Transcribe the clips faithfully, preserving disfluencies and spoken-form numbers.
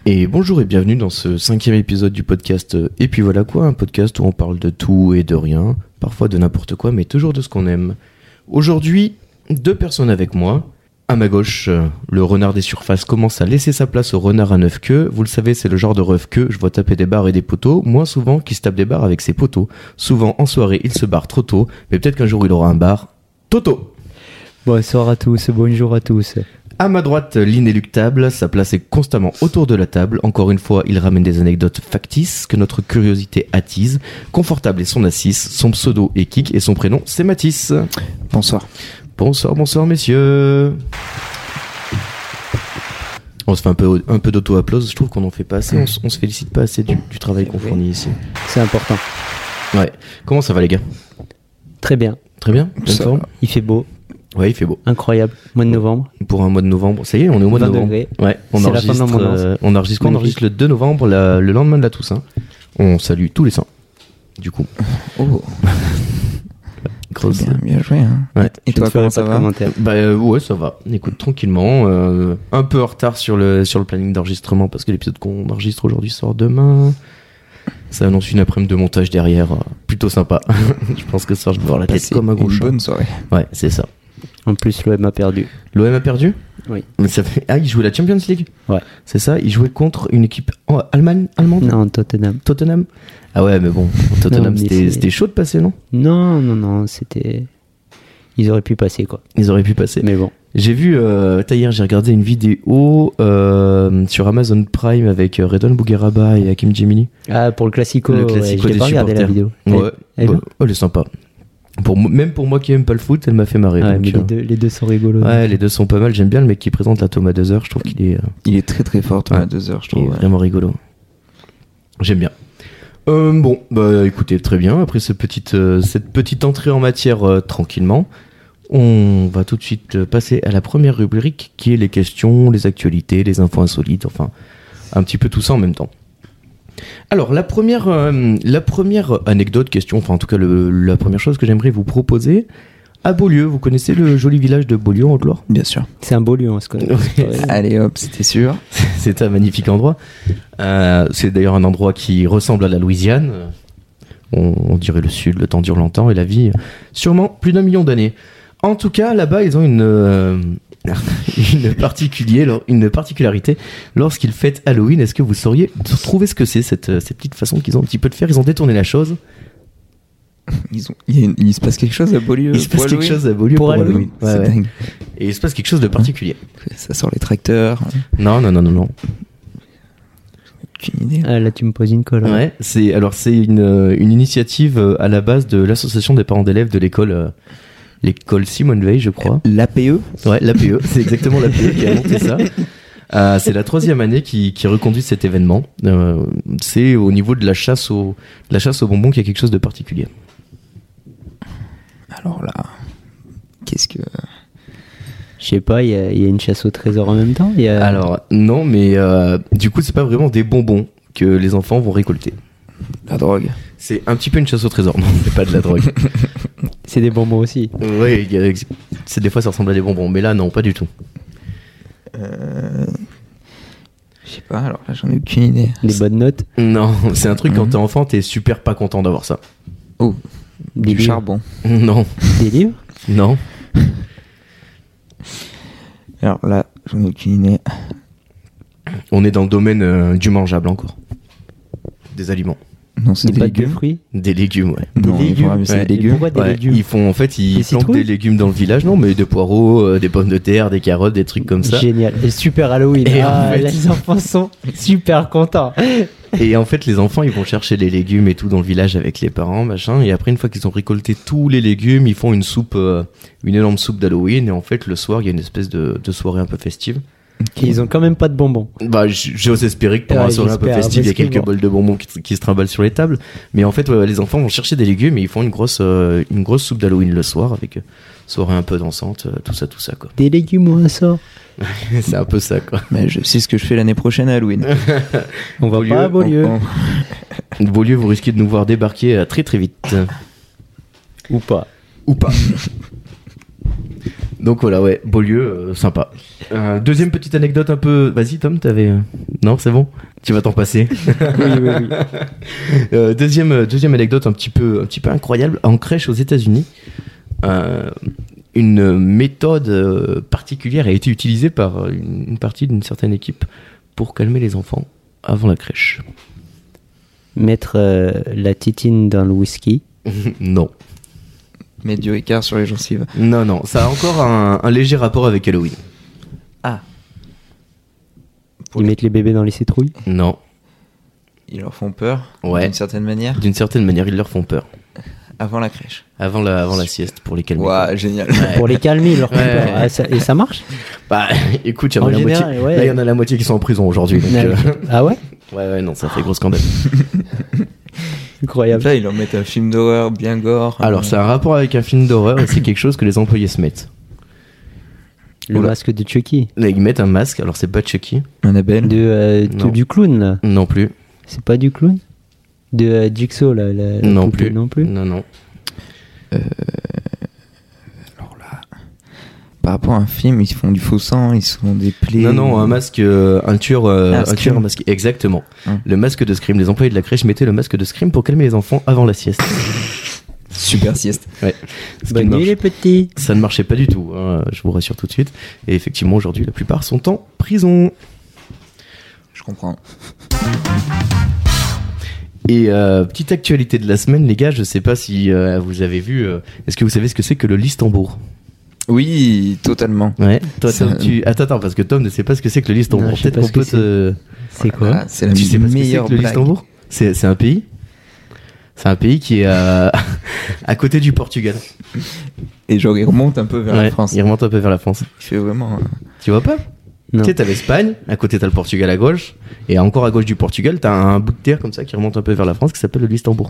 Et bonjour et bienvenue dans ce cinquième épisode du podcast Et puis voilà quoi, un podcast où on parle de tout et de rien, parfois de n'importe quoi, mais toujours de ce qu'on aime. Aujourd'hui, deux personnes avec moi. À ma gauche, le renard des surfaces commence à laisser sa place au renard à neuf queues. Vous le savez, c'est le genre de ref que je vois taper des barres et des poteaux, moins souvent qu'il se tape des barres avec ses poteaux. Souvent, en soirée, il se barre trop tôt, mais peut-être qu'un jour il aura un bar. Toto. Bonsoir à tous, bonjour à tous. À ma droite, l'inéluctable, sa place est constamment autour de la table. Encore une fois, il ramène des anecdotes factices que notre curiosité attise. Confortable est son assise, son pseudo est Kik et son prénom c'est Mathis. Bonsoir. Bonsoir, bonsoir messieurs. On se fait un peu, un peu d'auto-applause, je trouve qu'on en fait pas assez, on, s- on se félicite pas assez du, du travail qu'on fournit ici. C'est important. Ouais. Comment ça va les gars ? Très bien. Très bien ? Bonne Ça forme ? Il fait beau, Ouais, il fait beau. incroyable. Mois de novembre. Pour un mois de novembre, ça y est, on est au mois de vingt novembre. degrés. Ouais, on C'est la fin de enregistre, l'abondance. euh, on enregistre quoi ? On Magnifique. enregistre le deux novembre, la- le lendemain de la Toussaint. On salue tous les saints. Du coup, Oh, grosse. bien, bien joué. Hein. Ouais. Et Je ne toi, ferai comment pas ça de va? commentaires. Bah euh, ouais, ça va. Écoute tranquillement, euh, un peu en retard sur le sur le planning d'enregistrement parce que l'épisode qu'on enregistre aujourd'hui sort demain. Ça annonce une après-midi de montage derrière, euh, plutôt sympa. Je pense que ce soir je vais avoir la tête Passez comme un une gros chat. bonne soirée. Ouais, c'est ça. En plus, l'O M a perdu. L'O M a perdu ? Oui. Mais ça fait... Ah, il jouait la Champions League ? Ouais. C'est ça, il jouait contre une équipe en Allemagne, allemande ? Non, Tottenham. Tottenham ? Ah ouais, mais bon, Tottenham Non, mais c'était c'est- c'était chaud de passer, non ? Non, non, non, c'était... Ils auraient pu passer, quoi. Ils auraient pu passer. Mais bon. J'ai vu, euh, hier j'ai regardé une vidéo euh, sur Amazon Prime avec euh, Redouane Bougueraba et Hakim Djemili. Ah, pour le Classico, Le ouais, Classico je l'ai des pas regardé la supporters. vidéo. Ouais, Elle est bah, bien elle est sympa. Pour, mo- même pour moi qui aime pas le foot, elle m'a fait marrer. Ouais, donc, mais euh, les deux, les deux sont rigolos. ouais, les deux sont pas mal. J'aime bien le mec qui présente la Thomas deux heures. Je trouve qu'il est, euh, Il est très très fort, toi, Ouais. à deux heures, je il est trouve. ouais. vraiment rigolo. J'aime bien. Euh, bon, bah écoutez, très bien. Après cette petite, euh, cette petite entrée en matière euh, tranquillement, on va tout de suite euh, passer à la première rubrique qui est les questions, les actualités, les infos insolites, enfin un petit peu tout ça en même temps. Alors la première, euh, la première anecdote, question, enfin en tout cas le- la première chose que j'aimerais vous proposer, à Beaulieu, vous connaissez le joli village de Beaulieu en Haute-Loire ? Bien sûr. C'est un beau lieu, on se connaît. Allez hop, c'était sûr. C'est un magnifique endroit. Euh, c'est d'ailleurs un endroit qui ressemble à la Louisiane. On, on dirait le sud, le temps dure longtemps et la vie, euh, sûrement plus d'un million d'années. En tout cas, là-bas, ils ont une, euh, une, particulier, une particularité lorsqu'ils fêtent Halloween. Est-ce que vous sauriez trouver ce que c'est, cette, euh, cette petite façon qu'ils ont un petit peu de faire ? Ils ont détourné la chose. Ils ont... il, y a une- il se passe quelque chose à Beaulieu. Il se passe pour quelque Halloween. chose à Beaulieu pour, Pour Halloween. Halloween. Ouais, C'est ouais. dingue. Et il se passe quelque chose de particulier. Ça sort les tracteurs. Non, non, non, non, non. Aucune idée. Ah, là, tu me poses une colle. hein. Ouais, c'est alors c'est une, euh, une initiative euh, à la base de l'association des parents d'élèves de l'école euh, l'école Simone Veil, je crois. L'A P E. Ouais, l'A P E, c'est exactement l'A P E qui a monté ça. Euh, c'est la troisième année qui, qui reconduit cet événement. Euh, c'est au niveau de la chasse au de la chasse aux bonbons qu'il y a quelque chose de particulier. Alors là, qu'est-ce que... Je sais pas, il y, a- il y a une chasse au trésor en même temps. il Y a... Alors non, mais euh, du coup c'est pas vraiment des bonbons que les enfants vont récolter. La drogue. C'est un petit peu une chasse au trésor. Non, c'est pas de la drogue. C'est des bonbons aussi. Oui, c'est des fois ça ressemble à des bonbons, mais là non, pas du tout. Euh... Je sais pas, alors là, j'en ai aucune idée. Des bonnes notes. Non, c'est un truc quand Mhm. t'es enfant, t'es super pas content d'avoir ça. Oh, Des du livres. charbon. Non, Des livres. non. Alors là, j'en ai aucune idée. On est dans le domaine euh, du mangeable encore. Des aliments. Non, c'est Des des pâtes de légumes. fruits. Des légumes, ouais. Des Non, il légumes. faudra- mais c'est Ouais. des légumes. Pourquoi des Ouais, légumes ils font en fait, ils Des plantent citrouilles des légumes dans le village, non, mais des poireaux, euh, des pommes de terre, des carottes, des trucs comme ça. Génial. Et super Halloween. Et ah, en fait- les enfants sont super contents. Et en fait, les enfants, ils vont chercher les légumes et tout dans le village avec les parents, machin. Et après, une fois qu'ils ont récolté tous les légumes, ils font une soupe, euh, une énorme soupe d'Halloween. Et en fait, le soir, il y a une espèce de, de soirée un peu festive. Et ils ont quand même pas de bonbons. Bah, j- j'ose espérer que pendant Ouais, la soirée un peu j'espère, festive, il y a parce que quelques bon. bols de bonbons qui, qui se trimballent sur les tables. Mais en fait, ouais, les enfants vont chercher des légumes et ils font une grosse, euh, une grosse soupe d'Halloween le soir avec euh, soirée un peu dansante, euh, tout ça, tout ça, quoi. Des légumes ou un sort. C'est un peu ça, quoi. Mais je sais ce que je fais l'année prochaine à Halloween. On va Beaulieu, pas à Beaulieu. On- on- Beaulieu, vous risquez de nous voir débarquer euh, très très vite. Ou pas. Ou pas. Donc voilà, ouais, Beaulieu, euh, sympa. Euh, deuxième petite anecdote un peu. Vas-y, Tom, t'avais. euh, Non, c'est bon. Tu vas t'en passer. Oui, oui, oui. Euh, deuxième, euh, deuxième anecdote un petit peu, un petit peu incroyable. En crèche aux États-Unis, euh, une méthode euh, particulière a été utilisée par une, une partie d'une certaine équipe pour calmer les enfants avant la crèche. Mettre euh, la titine dans le whisky. Non, Mettre du Ricard sur les gencives. non, non. Ça a encore un, un léger rapport avec Halloween. Ah. Pour Ils les- mettent les bébés dans les citrouilles. Non, Ils leur font peur. Ouais. D'une certaine manière. d'une certaine manière, ils leur font peur. Avant la crèche. Avant la, avant la sieste, pour les calmer. Waouh, génial. Ouais. Pour les calmer, ils leur font Ouais. peur. Ah, ça- et ça marche. Bah, écoute, il y en a En la général, moitié. ouais. Là, il y en a la moitié qui sont en prison aujourd'hui. donc, euh, Ah ouais. Ouais, ouais, non, ça fait gros scandale. Incroyable. Là, ils leur mettent un film d'horreur bien gore. Alors, Euh, c'est un rapport avec un film d'horreur et c'est quelque chose que les employés se mettent. Le Oula. masque de Chucky. Là, ils mettent un masque, alors c'est pas Chucky. Annabelle. De, euh, de- Non. du clown, là. Non plus. C'est pas du clown. De euh, Jigsaw, là. la- la Non poupée, plus. Non plus. Non, non. Alors là, par rapport à un film, ils font du faux sang, ils se font des plaies. Non, non, un masque, euh, un tueur, euh, Ah, un Scream. tueur masqué. Exactement. Hum. Le masque de Scream. Les employés de la crèche mettaient le masque de Scream pour calmer les enfants avant la sieste. Super sieste. Ouais. Ce qui Bonne ne nuit, marche- les petits. Ça ne marchait pas du tout, hein, je vous rassure tout de suite. Et effectivement, aujourd'hui, la plupart sont en prison. Je comprends. Et euh, petite actualité de la semaine, les gars, je sais pas si euh, vous avez vu. euh, Est-ce que vous savez ce que c'est que le Listembourg? Oui, totalement. Ouais. Toi, Ça- Tom, tu... Attends, attends, parce que Tom ne sait pas ce que c'est que le Listembourg. Non, je sais Peut-être pas qu'on ce que peut te. C'est quoi Voilà, c'est la Tu sais pas ce que c'est meilleure que le blague. Listembourg? C'est c'est un pays. C'est un pays qui est à, à côté du Portugal. Et genre, il remonte un peu vers Ouais, la France. il remonte un peu vers la France. Il fait vraiment. euh, Tu vois pas? Non. Tu sais, t'as l'Espagne, à côté t'as le Portugal à gauche, et encore à gauche du Portugal, t'as un bout de terre comme ça qui remonte un peu vers la France qui s'appelle le Listembourg.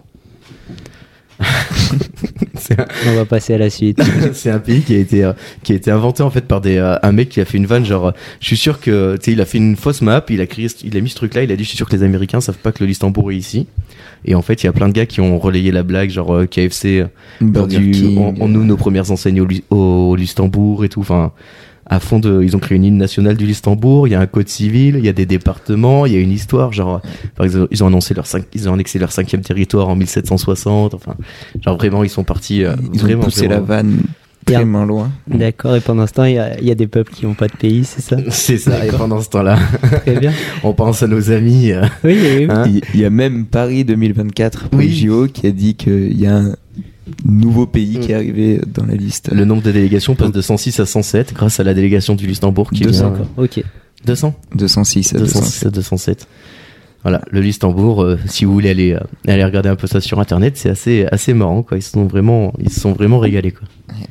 c'est, un, On va passer à la suite. c'est un pays qui a été euh, qui a été inventé en fait par des euh, un mec qui a fait une vanne genre euh, je suis sûr que tu sais il a fait une fausse map, il a créé il a mis ce truc là, il a dit je suis sûr que les Américains savent pas que le Listembourg est ici. Et en fait, il y a plein de gars qui ont relayé la blague genre euh, K F C euh, Burger perdu King. en, en nous nos premières enseignes au, Lu- au Luxembourg et tout, enfin à fond de ils ont créé une île nationale du Luxembourg, il y a un code civil, il y a des départements, il y a une histoire genre par exemple ils ont annoncé leur cinq, ils ont annexé leur cinquième territoire en mille sept cent soixante, enfin genre vraiment ils sont partis euh, Ils vraiment ont poussé vraiment- la vanne Et un- tellement loin. D'accord, et pendant ce temps, il y, a- il y a des peuples qui n'ont pas de pays, c'est ça? c'est ça et D'accord. pendant ce temps-là Très bien. on pense à nos amis euh, Oui, oui, oui. Hein Il il y a même Paris deux mille vingt-quatre pour Oui. les J O qui a dit qu'il y a un nouveau pays qui est arrivé dans la liste. le nombre de délégations passe de cent six à cent sept grâce à la délégation du Luxembourg qui deux vient cents. D'accord, ok. deux cents deux cent six à deux deux cent cent six à deux cent sept. Voilà, le Luxembourg, euh, si vous voulez aller, euh, aller regarder un peu ça sur internet, c'est assez, assez marrant, quoi. Ils se sont vraiment, ils se sont vraiment régalés, quoi.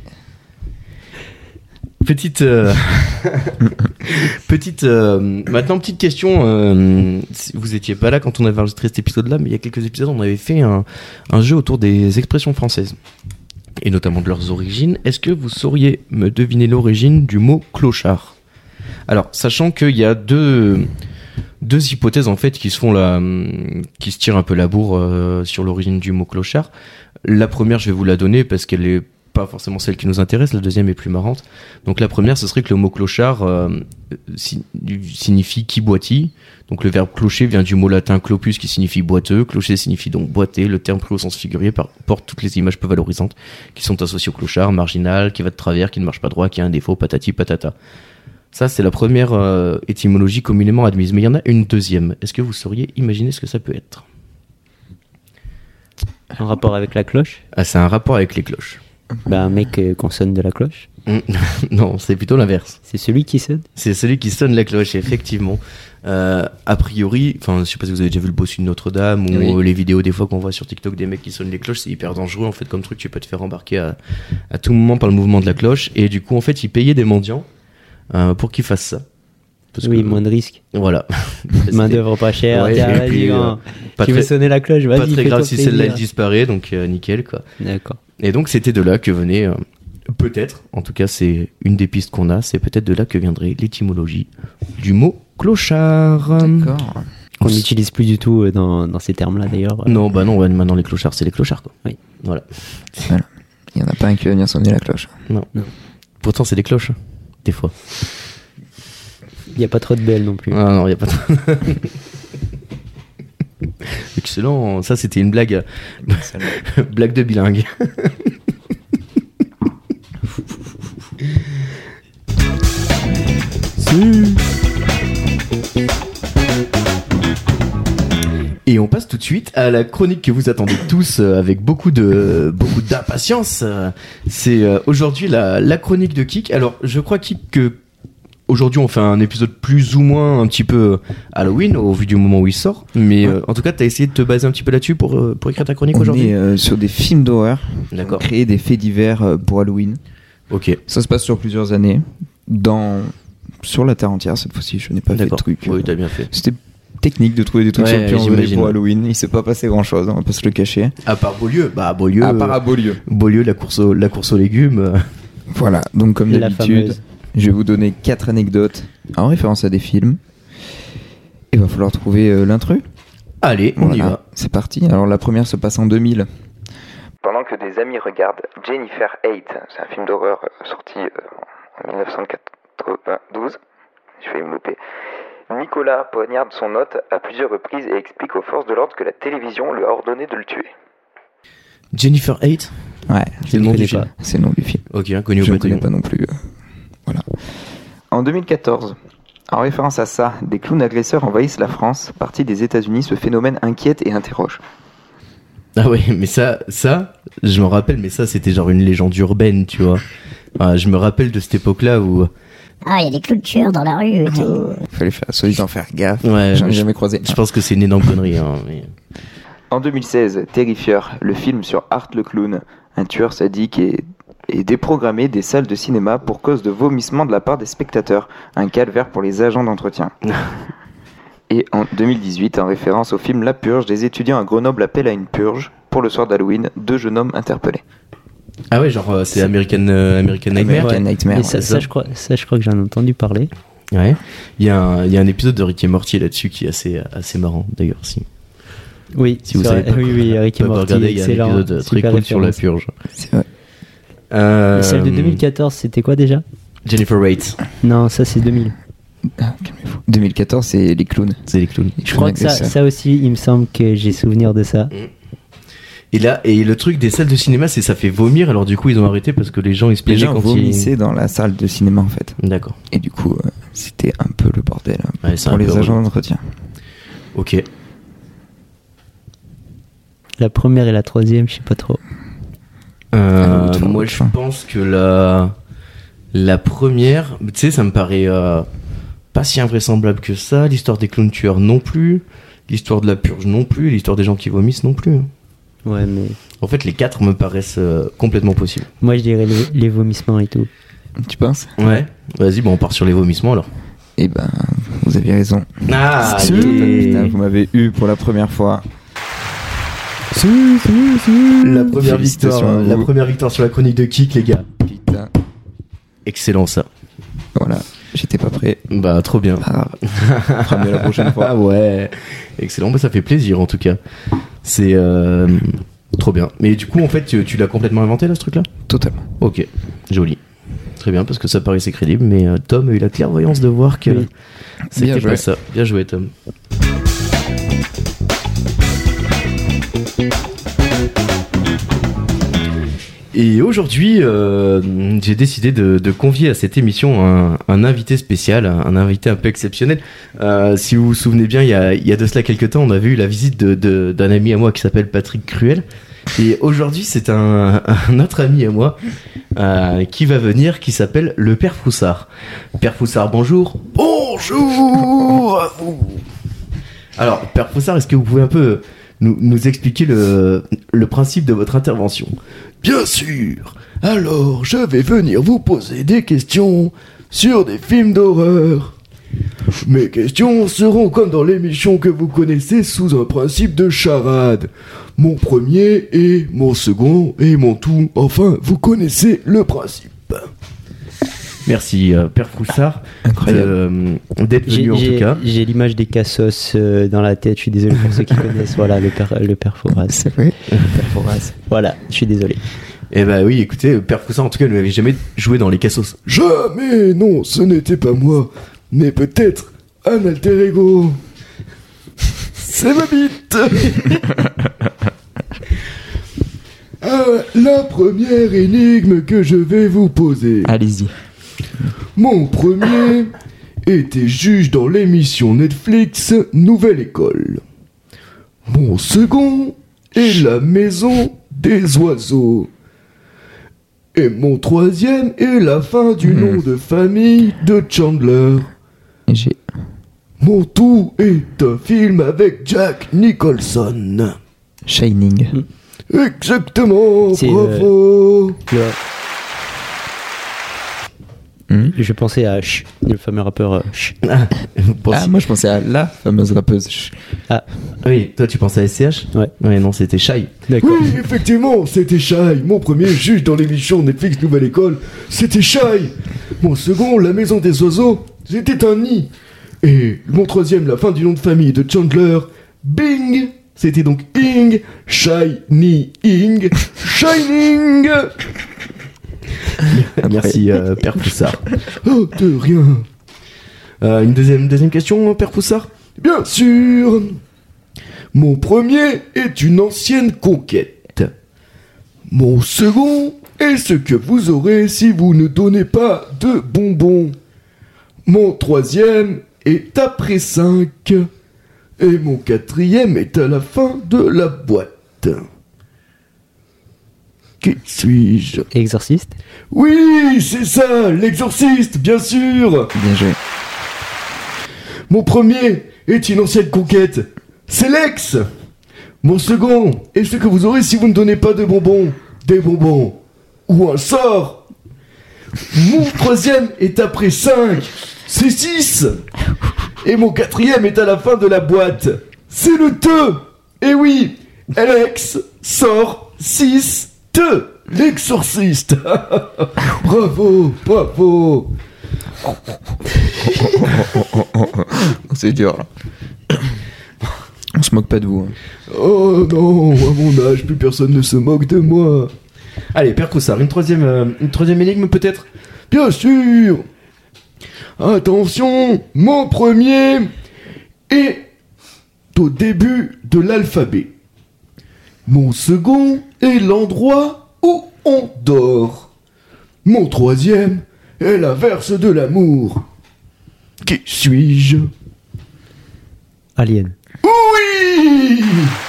Petite, euh, petite, euh, maintenant petite question. Euh, si vous étiez pas là quand on avait enregistré cet épisode-là, mais il y a quelques épisodes, on avait fait un, un jeu autour des expressions françaises et notamment de leurs origines. Est-ce que vous sauriez me deviner l'origine du mot clochard? Alors, sachant qu'il y a deux deux hypothèses en fait qui se font la, qui se tirent un peu la bourre euh, sur l'origine du mot clochard. La première, je vais vous la donner parce qu'elle est pas forcément celle qui nous intéresse. La deuxième est plus marrante. Donc la première, ce serait que le mot clochard euh, si- signifie qui boitit. Donc le verbe clocher vient du mot latin clopus qui signifie boiteux. Clocher signifie donc boiter. Le terme pris au sens figuré par- porte toutes les images peu valorisantes qui sont associées au clochard, marginal, qui va de travers, qui ne marche pas droit, qui a un défaut, patati patata. Ça, c'est la première euh, étymologie communément admise. Mais il y en a une deuxième. Est-ce que vous sauriez imaginer ce que ça peut être? En rapport avec la cloche? Ah, c'est un rapport avec les cloches. Bah, un mec euh, qu'on sonne de la cloche. Mm. Non, c'est plutôt l'inverse. C'est celui qui sonne. C'est celui qui sonne la cloche, effectivement. Euh, a priori, enfin, je sais pas si vous avez déjà vu le bossu de Notre-Dame ou Oui. les vidéos des fois qu'on voit sur TikTok des mecs qui sonnent les cloches, c'est hyper dangereux en fait comme truc. Tu peux te faire embarquer à, à tout moment par le mouvement de la cloche. Et du coup, en fait, ils payaient des mendiants euh, pour qu'ils fassent ça. Parce Oui, que- moins de risques. Voilà. Main d'œuvre pas chère. Ouais, Tiens, et vas-y, puis, euh, grand. Pas Tu veux très, sonner la cloche? Vas-y, pas très fais-toi grave si celle-là elle plaisir. disparaît, donc euh, nickel quoi. D'accord. Et donc c'était de là que venait, euh, peut-être, en tout cas c'est une des pistes qu'on a, c'est peut-être de là que viendrait l'étymologie du mot clochard. D'accord. Qu'on n'utilise plus du tout euh, dans, dans ces termes-là d'ailleurs. Non, bah non, ouais, maintenant les clochards c'est les clochards quoi. Oui. Voilà. Il n'y en a pas un qui va venir sonner la cloche. Non. Non. Pourtant, c'est des cloches, hein, des fois. Il n'y a pas trop de belles non plus. Ah non, il n'y a pas de... Excellent, ça c'était une blague. Blague de bilingue. Et on passe tout de suite à la chronique que vous attendez tous euh, avec beaucoup de beaucoup d'impatience. Euh, C'est euh, aujourd'hui la, la chronique de Kik. Alors, je crois Kik que aujourd'hui on fait un épisode plus ou moins un petit peu Halloween au vu du moment où il sort. Mais Ouais. euh, en tout cas, t'as essayé de te baser un petit peu là-dessus pour euh, pour écrire ta chronique On aujourd'hui. est euh, sur des films d'horreur. D'accord. Créer des faits divers euh, pour Halloween. Ok. Ça se passe sur plusieurs années. Dans... Sur la Terre entière, cette fois-ci, je n'ai pas fait de D'accord. truc. Oui, t'as bien fait. C'était technique de trouver des trucs Ouais, sur le calendrier j'imagine. pour Halloween. Il s'est pas passé grand chose, on va pas se le cacher. À part Beaulieu, bah à Beaulieu. À part à Beaulieu. Beaulieu, la course aux, la course aux légumes. euh, Voilà, donc comme La d'habitude, fameuse. je vais vous donner quatre anecdotes en référence à des films. Il va falloir trouver euh, l'intrus. Allez, on y Voilà, va. c'est parti. Alors la première se passe en deux mille. Pendant que des amis regardent Jennifer Hate, c'est un film d'horreur euh, sorti euh, en dix-neuf cent quatre-vingt-douze, je vais me louper. Nicolas poignarde son hôte à plusieurs reprises et explique aux forces de l'ordre que la télévision lui a ordonné de le tuer. Jennifer Hate. Ouais, C'est le nom du connais film. c'est le nom du film. Ok, inconnu au Je ne connais bataillon. pas non plus. euh, Voilà. En deux mille quatorze, en référence à ça, des clowns agresseurs envahissent la France. Partie des États-Unis, ce phénomène inquiète et interroge. Ah ouais, mais ça, ça, je me rappelle, mais ça, c'était genre une légende urbaine, tu vois. Ah, je me rappelle de cette époque-là où. Ah, il y a des clôtures dans la rue et tout. Fallait faire, solide en faire gaffe. Ouais, J'en ai je- jamais croisé. Je pense que c'est une énorme connerie. Hein, mais... En deux mille seize, Terrifier, le film sur Art le clown, un tueur sadique est, est déprogrammé des salles de cinéma pour cause de vomissements de la part des spectateurs, un calvaire pour les agents d'entretien. Et en deux mille dix-huit, en référence au film La Purge, des étudiants à Grenoble appellent à une purge. Pour le soir d'Halloween, deux jeunes hommes interpellés. Ah ouais, genre euh, c'est American, euh, American Nightmare. American Nightmare. Et ouais. ça, c'est ça, ça. je crois, ça, je crois que j'en ai entendu parler. Ouais. Il y, a un- il y a un épisode de Rick et Morty là-dessus qui est assez, assez marrant d'ailleurs. Si, Oui, si vous c'est savez vrai. pas, oui, oui, Rick et pas Morty, regarder, il y a un excellent. épisode très super cool sur la référence. purge. C'est vrai. Euh, Et celle de deux mille quatorze, c'était quoi déjà? Jennifer Hate, Non, ça c'est deux mille. Ah, calmez-vous. deux mille quatorze, c'est les clowns. c'est les clowns. Je crois que ça, ça aussi, il me semble que j'ai souvenir de ça. Et là, et le truc des salles de cinéma, c'est ça fait vomir. Alors du coup, ils ont arrêté parce que les gens ils se Les plaignaient gens quand vomissaient dans la salle de cinéma en fait. ils. D'accord. Et du coup, euh, c'était un peu le bordel hein, Ouais, c'est pour un peu les agents relou. d'entretien. Ok. La première et la troisième, je sais pas trop. Euh, Ah, oui, moi, tu je vois. pense que la la première, tu sais, ça me paraît euh, pas si invraisemblable que ça. L'histoire des clowns tueurs non plus. L'histoire de la purge non plus. L'histoire des gens qui vomissent non plus. Ouais, mais En fait, les quatre me paraissent euh, complètement possibles. moi je dirais les, les vomissements et tout. Tu penses? Ouais. Vas-y, bon, on part sur les vomissements alors. Eh ben, vous avez raison. Ah, Putain, allez. vous m'avez eu pour la première fois. La première Félicitations victoire, à vous. la première victoire sur la chronique de Kik, les gars. Putain. Excellent ça. Voilà, j'étais pas prêt. Bah, trop bien. Pas grave. On fera mieux la prochaine fois. Ah ouais. Excellent, bah ça fait plaisir en tout cas. C'est euh, trop bien. Mais du coup, en fait, tu, tu l'as complètement inventé là, ce truc-là? Totalement. Ok, joli. Très bien, parce que ça paraissait crédible, mais euh, Tom a eu la clairvoyance de voir que Oui. c'était Bien pas joué. ça. Bien joué, Tom. Et aujourd'hui, euh, j'ai décidé de, de convier à cette émission un, un invité spécial, un invité un peu exceptionnel. Euh, si vous vous souvenez bien, il y a, il y a de cela quelques temps, on avait eu la visite de, de, d'un ami à moi qui s'appelle Patrick Cruel. Et aujourd'hui, c'est un, un autre ami à moi euh, qui va venir, qui s'appelle le Père Froussard. Père Froussard, bonjour. Bonjour à vous. Alors, Père Froussard, est-ce que vous pouvez un peu nous, nous expliquer le, le principe de votre intervention? Bien sûr. Alors, je vais venir vous poser des questions sur des films d'horreur. Mes questions seront comme dans l'émission que vous connaissez sous un principe de charade. Mon premier et mon second et mon tout. Enfin, vous connaissez le principe. Merci, euh, Père Froussard, Incroyable. de- d'être J'ai venu en tout j'ai- cas. j'ai l'image des cassos euh, dans la tête, je suis désolé pour ceux qui connaissent. Voilà, le père, le père Fouras. C'est vrai. Voilà, je suis désolé. Eh bah oui, écoutez, Père Foussard, en tout cas, ne m'avait jamais joué dans les cassos. Jamais, non, ce n'était pas moi, mais peut-être un alter ego. C'est ma bite. euh, La première énigme que je vais vous poser. Allez-y. Mon premier était juge dans l'émission Netflix Nouvelle École. Mon second est la maison des oiseaux. Et mon troisième est la fin du Mmh. nom de famille de Chandler. J'ai... Mon tout est un film avec Jack Nicholson. Shining. Exactement, C'est, bravo. Le- Hmm. Je pensais à Ch, le fameux rappeur euh, Ch. Bon, Ah, si- moi je pensais à la fameuse rappeuse. Chut. Oui, toi tu pensais à S C H? Ouais. Ouais, non, c'était Shai. D'accord. Oui, effectivement, c'était Shai. Mon premier juge dans l'émission Netflix Nouvelle École, c'était Shai. Mon second, La Maison des Oiseaux, c'était un nid. Et mon troisième, la fin du nom de famille de Chandler, Bing, c'était donc Ing, Shiny Ing, Shining. Merci, euh, Père Poussard. Oh, de rien. Euh, une deuxième, deuxième question, Père Poussard? Bien sûr. Mon premier est une ancienne conquête. Mon second est ce que vous aurez si vous ne donnez pas de bonbons. Mon troisième est après cinq. Et mon quatrième est à la fin de la boîte. Qui suis-je? Exorciste. Oui, c'est ça, l'exorciste, bien sûr. Bien joué. Mon premier est une ancienne conquête. C'est Lex. Mon second est ce que vous aurez si vous ne donnez pas de bonbons. Des bonbons. Ou un sort. Mon troisième est après cinq. C'est six. Et mon quatrième est à la fin de la boîte. C'est le te. Et oui, Lex sort six te. L'exorciste. Bravo, bravo. C'est dur là. On se moque pas de vous. hein. Oh non, à mon âge, plus personne ne se moque de moi. Allez, Père Poussard, une troisième, euh, une troisième énigme peut-être? Bien sûr. Attention, mon premier est au début de l'alphabet. Mon second est l'endroit où on dort. Mon troisième est l'inverse de l'amour. Qui suis-je? Alien. Oui!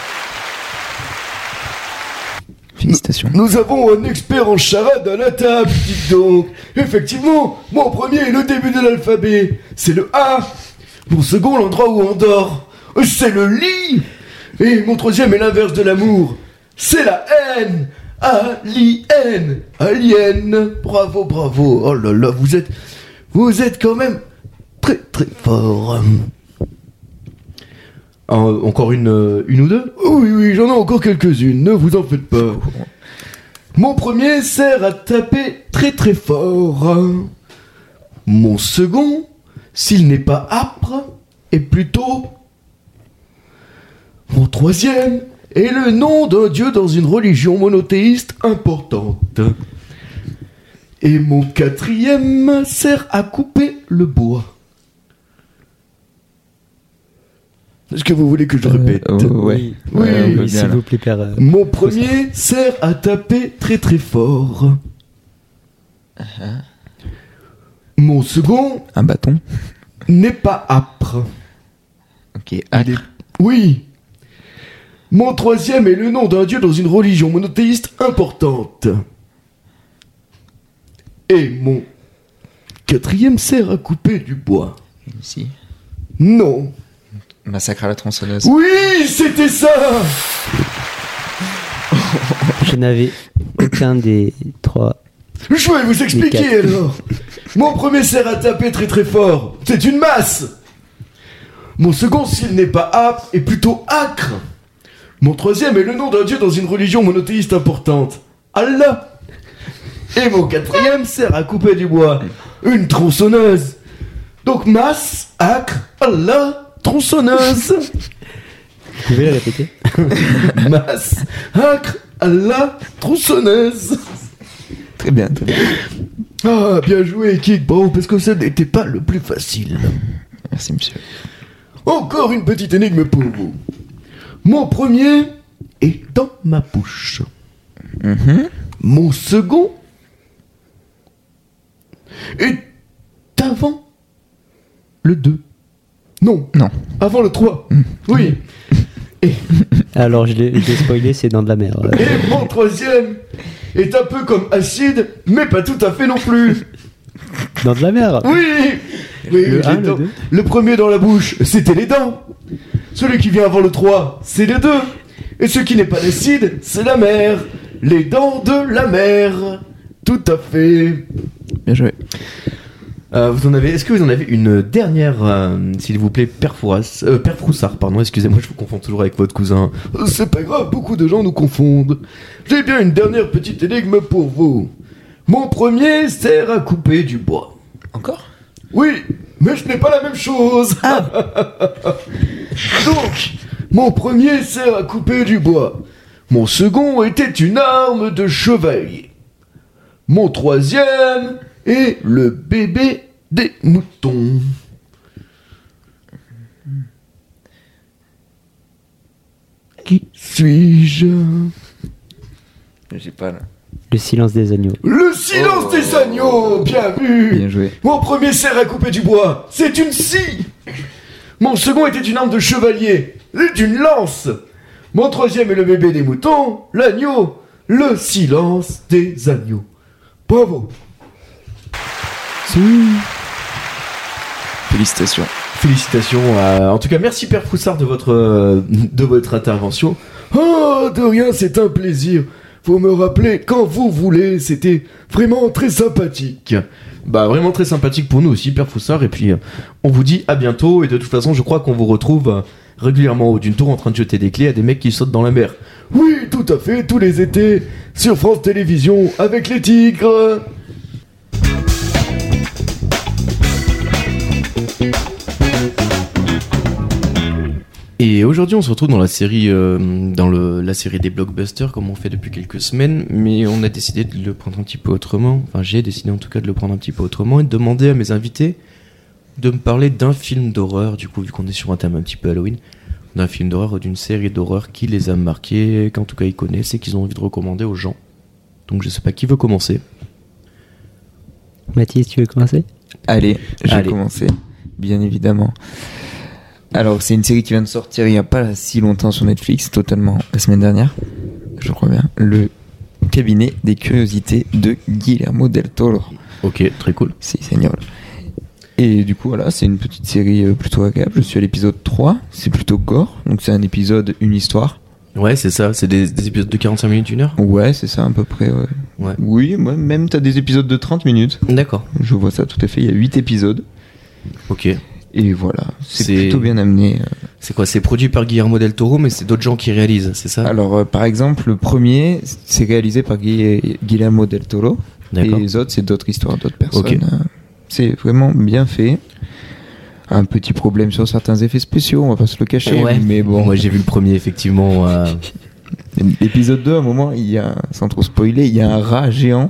Félicitations. Nous avons un expert en charade à la table, dites donc. Effectivement, mon premier est le début de l'alphabet. C'est le A. Mon second, l'endroit où on dort. C'est le lit. Et mon troisième est l'inverse de l'amour. C'est la haine. Alien. Alien. Bravo, bravo. Oh là là, vous êtes... Vous êtes quand même très très fort. Euh, encore une, euh, une ou deux? Oui, oui, j'en ai encore quelques-unes, ne vous en faites pas. Mon premier sert à taper très très fort. Mon second, s'il n'est pas âpre, est plutôt... Mon troisième est le nom d'un dieu dans une religion monothéiste importante. Et mon quatrième sert à couper le bois. Est-ce que vous voulez que je répète? Euh, ouais. Oui, Ouais, on veut bien, s'il là. vous plaît, Père. euh, Mon premier sert à taper très très fort. Mon second Un bâton. n'est pas âpre. Ok. Il Acre. est- Oui. Mon troisième est le nom d'un dieu dans une religion monothéiste importante. Et mon quatrième sert à couper du bois. Ici. Non. Massacre à la tronçonneuse. Oui, c'était ça. Je n'avais aucun des trois. Je vais vous expliquer Les quatre. alors. Mon premier sert à taper très très fort. C'est une masse. Mon second, s'il n'est pas âpre, est plutôt acre. Mon troisième est le nom d'un dieu dans une religion monothéiste importante. Allah. Et mon quatrième sert à couper du bois. Une tronçonneuse. Donc masse, acre, Allah, tronçonneuse. Vous pouvez le répéter? Masse, acre, Allah, tronçonneuse. Très bien, très bien. Ah, bien joué, Kik, bravo, parce que ça n'était pas le plus facile. Merci, monsieur. Encore une petite énigme pour vous. Mon premier est dans ma bouche. Mhm. Mon second est avant le deux. Non, Non. avant le trois. Oui. Alors, je l'ai je l'ai spoilé, c'est dans de la mer. Euh, Et mon troisième est un peu comme acide, mais pas tout à fait non plus. Dans de la mer. Oui. Oui, Le les un, le dents. deux. Le premier dans la bouche, c'était les dents. Celui qui vient avant le trois, c'est les deux. Et ce qui n'est pas l'acide, c'est la mer. Les dents de la mer. Tout à fait. Bien joué. Euh, vous en avez, est-ce que vous en avez une dernière, euh, s'il vous plaît, Père Fouras, euh, Père Froussard, pardon, excusez-moi, je vous confonds toujours avec votre cousin. Euh, C'est pas grave, beaucoup de gens nous confondent. J'ai bien une dernière petite énigme pour vous. Mon premier sert à couper du bois. Encore? Oui, mais ce n'est pas la même chose. Donc, mon premier sert à couper du bois. Mon second était une arme de chevalier. Mon troisième est le bébé des moutons. Qui suis-je? J'ai pas là. Le silence des agneaux. Le silence Oh. des agneaux. Bien vu. Bien joué. Mon premier sert à couper du bois, c'est une scie. Mon second était une arme de chevalier, c'est une lance. Mon troisième est le bébé des moutons, l'agneau, le silence des agneaux. Bravo. Félicitations. Félicitations, à- en tout cas, merci Père Froussard de votre, euh, de votre intervention. Oh, de rien, c'est un plaisir. Faut me rappeler quand vous voulez, c'était vraiment très sympathique. Bah, vraiment très sympathique pour nous aussi, Père Froussard, et puis, euh, on vous dit à bientôt, et de toute façon, je crois qu'on vous retrouve euh, régulièrement au haut d'une tour en train de jeter des clés à des mecs qui sautent dans la mer. Oui, tout à fait, tous les étés, sur France Télévisions, avec les tigres. Et aujourd'hui, on se retrouve dans la série, euh, dans le, la série des blockbusters, comme on fait depuis quelques semaines, mais on a décidé de le prendre un petit peu autrement. Enfin, j'ai décidé en tout cas de le prendre un petit peu autrement et de demander à mes invités de me parler d'un film d'horreur, du coup, vu qu'on est sur un thème un petit peu Halloween, d'un film d'horreur ou d'une série d'horreur qui les a marqués, qu'en tout cas ils connaissent et qu'ils ont envie de recommander aux gens. Donc, je sais pas qui veut commencer. Mathis, tu veux commencer? Allez, je vais Allez. commencer. Bien évidemment. Alors, c'est une série qui vient de sortir il n'y a pas si longtemps sur Netflix, totalement la semaine dernière, je crois bien. Le cabinet des curiosités de Guillermo del Toro. Ok, très cool. Si, Seigneur. Et du coup, voilà, c'est une petite série euh, plutôt agréable. Je suis à l'épisode trois, c'est plutôt gore. Donc, c'est un épisode, une histoire. Ouais, c'est ça, c'est des, des épisodes de quarante-cinq minutes, une heure. Ouais, c'est ça, à peu près. Ouais. Ouais. Oui, moi, même t'as des épisodes de trente minutes. D'accord. Je vois ça tout à fait. Il y a huit épisodes. Ok. Et voilà, c'est, C'est- plutôt bien amené. C'est quoi? C'est produit par Guillermo del Toro, mais c'est d'autres gens qui réalisent, c'est ça? Alors, euh, par exemple, le premier, c'est réalisé par Gui- Guillermo del Toro. Et D'accord. les autres, c'est d'autres histoires, d'autres personnes. Ok. Euh, C'est vraiment bien fait. Un petit problème sur certains effets spéciaux, on va pas se le cacher. Ouais. Mais bon, Moi j'ai vu le premier effectivement. euh, l'épisode deux, à un moment, il y a, sans trop spoiler, il y a un rat géant.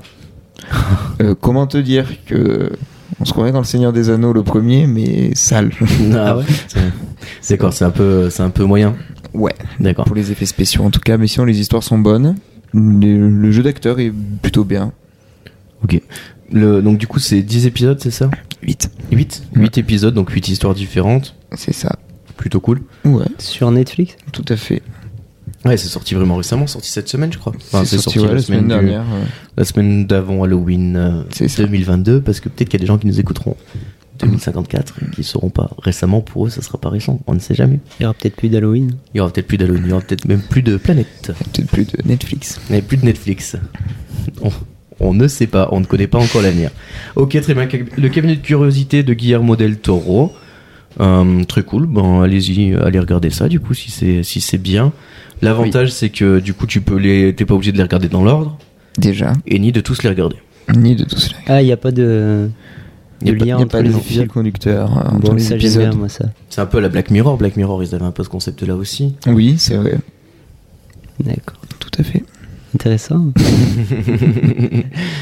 Euh, comment te dire que on se croirait dans le Seigneur des Anneaux le premier, mais sale. Ah ouais. c'est- D'accord, c'est un peu, c'est un peu moyen. Ouais. D'accord. Pour les effets spéciaux en tout cas, mais sinon les histoires sont bonnes. Le, le jeu d'acteur est plutôt bien. Ok. Le, donc du coup c'est dix épisodes, c'est ça? huit. huit Ouais. huit épisodes, donc huit histoires différentes. C'est ça. Plutôt cool. Ouais, Sur Netflix? tout à fait. Ouais, c'est sorti vraiment récemment, sorti cette semaine je crois. Enfin, c'est sorti, ouais, la semaine du- dernière. ouais. La semaine d'avant Halloween euh, C'est ça. deux mille vingt-deux, parce que peut-être qu'il y a des gens qui nous écouteront deux mille cinquante-quatre et qui ne sauront pas. Récemment, pour eux, ça sera pas récent, on ne sait jamais. Il y aura peut-être plus d'Halloween. Il y aura peut-être plus d'Halloween, il y aura peut-être même plus de planètes. Peut-être plus de Netflix. Il n'y a plus de Netflix. On, on ne sait pas, on ne connaît pas encore l'avenir. Ok, très bien. Le cabinet de curiosité de Guillermo del Toro. Euh, très cool. Bon, allez-y, allez regarder ça du coup si c'est si c'est bien. L'avantage c'est que du coup tu peux les, t'es pas obligé de les regarder dans l'ordre Déjà. et ni de tous les regarder. Ni de tout cela. Ah, il n'y a pas de, Il y de a pas- lien Il n'y a entre pas les de épisodes. fil conducteur euh, entre Bon, les ça j'aime épisodes. bien, moi, ça. C'est un peu la Black Mirror. Black Mirror, ils avaient un peu ce concept-là aussi. Oui, c'est vrai. D'accord. Tout à fait. Intéressant.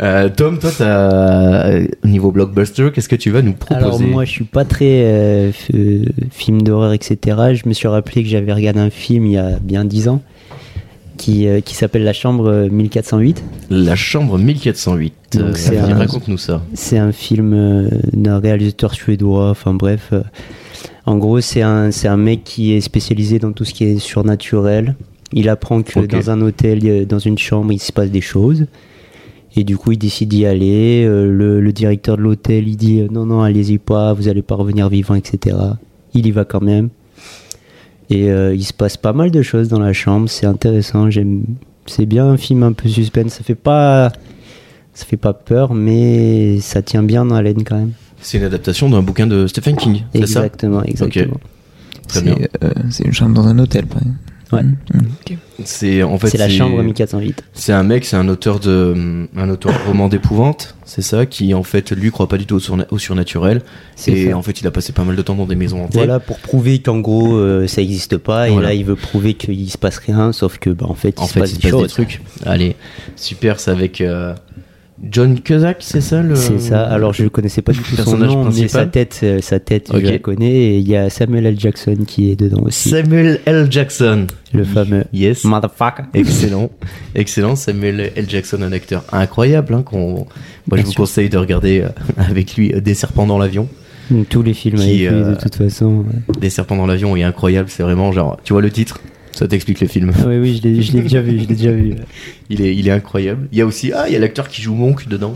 Euh, Tom, toi, t'as, euh, au niveau blockbuster, qu'est-ce que tu vas nous proposer? Alors moi, je suis pas très euh, f- film d'horreur, et cetera. Je me suis rappelé que j'avais regardé un film il y a bien dix ans qui, euh, qui s'appelle La Chambre mille quatre cent huit. La Chambre mille quatre cent huit. Donc, Euh, c'est vas-y, un- raconte-nous ça. C'est un film euh, d'un réalisateur suédois. Enfin bref, euh, en gros, c'est un, c'est un mec qui est spécialisé dans tout ce qui est surnaturel. Il apprend que Ok. dans un hôtel, euh, dans une chambre, il se passe des choses. Et du coup, il décide d'y aller. Euh, le, le directeur de l'hôtel, il dit euh, non, non, allez-y pas, vous allez pas revenir vivant, et cetera. Il y va quand même. Et euh, il se passe pas mal de choses dans la chambre. C'est intéressant. J'aime. C'est bien un film un peu suspense. Ça fait pas, ça fait pas peur, mais ça tient bien dans haleine quand même. C'est une adaptation d'un bouquin de Stephen King, c'est ça? Exactement, exactement. Très C'est, bien. euh, c'est une chambre dans un hôtel, par exemple. Ouais. Mmh, ok. C'est en fait C'est la chambre mille quatre cent huit. C'est un mec, c'est un auteur de un auteur de roman d'épouvante, c'est ça, qui en fait lui croit pas du tout au, surna- au surnaturel. C'est Et ça. en fait, il a passé pas mal de temps dans des maisons hantées. Voilà, pour prouver qu'en gros euh, ça existe pas, et Voilà. là il veut prouver qu'il se passe rien, sauf que bah, en fait il En se fait, passe il se des passe des choses. trucs. Allez, super, c'est avec euh, John Cusack, c'est ça le C'est ça. Alors je ne connaissais pas du tout son personnage nom, mais principal. sa tête, euh, sa tête, Ok. je la connais. Et il y a Samuel L. Jackson qui est dedans aussi, Samuel L. Jackson. le fameux Yes. motherfucker. Excellent, excellent. Samuel L. Jackson, un acteur incroyable. Hein, qu'on... Moi, je Bien vous sûr. conseille de regarder euh, avec lui euh, Des serpents dans l'avion. Donc, tous les films Qui, avec lui, euh, de toute façon. ouais. Des serpents dans l'avion est incroyable. C'est vraiment genre, tu vois le titre, ça t'explique le film. Ah oui, oui, je l'ai, je l'ai déjà vu, je l'ai déjà vu. Il est, il est incroyable. Il y a aussi, ah, il y a l'acteur qui joue Monk dedans.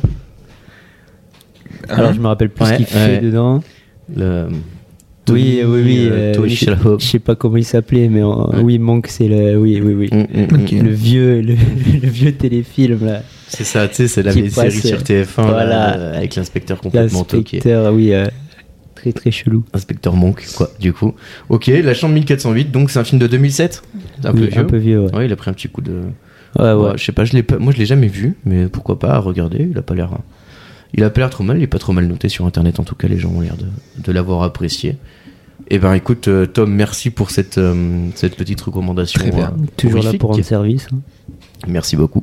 Alors je me rappelle plus Ouais, ce qu'il ouais. fait dedans. Le... oui, oui, oui. euh, euh, Tony je, Shalhoub. je sais pas comment il s'appelait, mais en- Ouais. oui, Monk, c'est le, oui, oui, oui. Mm, mm, mm. Ok. Le vieux, le, le vieux téléfilm là. C'est ça, tu sais, c'est la Qui vieille série passe, sur T F un, voilà. là, euh, avec l'inspecteur complètement toqué. L'inspecteur, oui, euh, très très chelou. Inspecteur Monk, quoi, du coup. Ok, La Chambre mille quatre cent huit, donc c'est un film de deux mille sept. Un peu Oui, vieux. un peu vieux, ouais. Ouais, il a pris un petit coup de. Ouais, ouais. Ouais, je sais pas, je l'ai pas, moi je l'ai jamais vu, mais pourquoi pas regarder. Il a pas l'air, il a pas l'air trop mal. Il est pas trop mal noté sur internet. En tout cas, les gens ont l'air de, de l'avoir apprécié. Et ben écoute, euh, Tom, merci pour cette euh, cette petite recommandation. Très bien. euh, Toujours là horrifique. pour rendre service. hein. Merci beaucoup.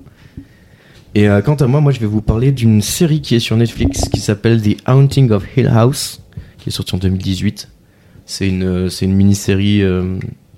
Et euh, quant à moi, moi je vais vous parler d'une série qui est sur Netflix qui s'appelle The Haunting of Hill House, qui est sortie en deux mille dix-huit. C'est une euh, c'est une mini-série, euh,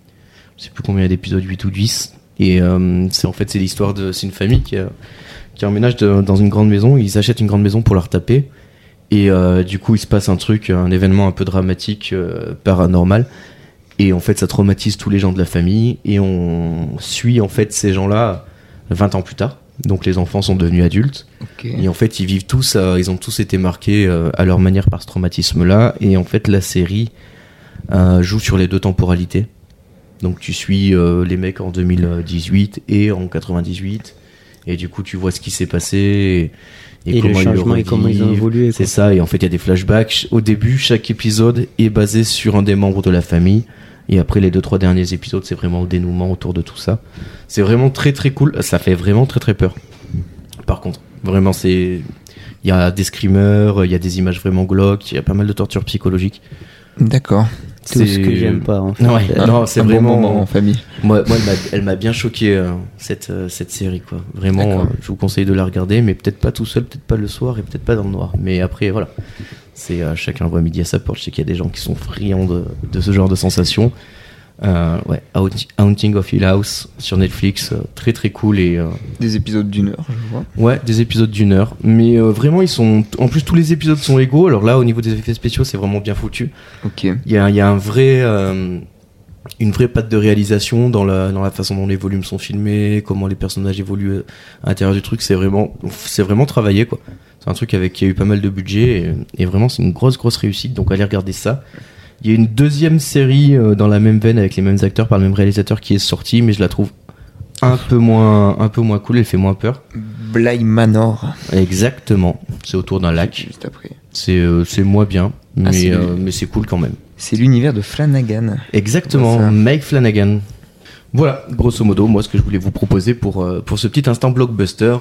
je sais plus combien il y a d'épisodes, huit ou dix. Et euh, c'est en fait c'est l'histoire de c'est une famille qui a, qui emménage de- dans une grande maison. Ils achètent une grande maison pour la retaper. Et euh, du coup, il se passe un truc, un événement un peu dramatique, euh, paranormal. Et en fait, ça traumatise tous les gens de la famille. Et on suit en fait ces gens-là vingt ans plus tard. Donc les enfants sont devenus adultes. Ok. Et en fait, ils vivent tous, euh, ils ont tous été marqués euh, à leur manière par ce traumatisme-là. Et en fait, la série euh, joue sur les deux temporalités. Donc tu suis euh, les mecs en deux mille dix-huit et en quatre-vingt-dix-huit. Et du coup, tu vois ce qui s'est passé et, Et le comment ils changement et comment ils ont revivent. évolué, quoi. C'est ça. Et en fait, il y a des flashbacks. Au début, chaque épisode est basé sur un des membres de la famille. Et après, les deux, trois derniers épisodes, c'est vraiment le dénouement autour de tout ça. C'est vraiment très, très cool. Ça fait vraiment très, très peur. Par contre, vraiment, c'est... Il y a des screamers, il y a des images vraiment glauques, il y a pas mal de tortures psychologiques. D'accord. Tout ce que j'aime pas. En fait. Ouais, Euh, non, c'est Un bon vraiment... moment en famille. Moi, moi elle m'a- elle m'a bien choqué, euh, cette, euh, cette série, quoi. Vraiment, D'accord. euh, je vous conseille de la regarder, mais peut-être pas tout seul, peut-être pas le soir et peut-être pas dans le noir. Mais après, voilà. C'est euh, chacun voit midi à sa porte. Je sais qu'il y a des gens qui sont friands de, de ce genre de sensations. Euh, ouais, Haunt- Haunting of Hill House sur Netflix, euh, très très cool et euh, Des épisodes d'une heure, je vois. ouais, des épisodes d'une heure. Mais euh, vraiment, ils sont. En plus, tous les épisodes sont égaux. Alors là, au niveau des effets spéciaux, c'est vraiment bien foutu. Ok. Il y a, il y a un vrai, euh, une vraie patte de réalisation dans la, dans la façon dont les volumes sont filmés, comment les personnages évoluent à l'intérieur du truc. C'est vraiment, c'est vraiment travaillé, quoi. C'est un truc avec qui a eu pas mal de budget et, et vraiment, c'est une grosse, grosse réussite. Donc, allez regarder ça. Il y a une deuxième série euh, dans la même veine avec les mêmes acteurs par le même réalisateur qui est sortie, mais je la trouve un peu moins, un peu moins cool. Elle fait moins peur. Bly Manor. Exactement. C'est autour d'un lac. Juste après. C'est, euh, c'est moins bien, mais, Ah, c'est- euh, mais c'est cool quand même. C'est l'univers de Flanagan. Exactement, Ça. Mike Flanagan. Voilà, grosso modo, moi ce que je voulais vous proposer pour, euh, pour ce petit instant blockbuster.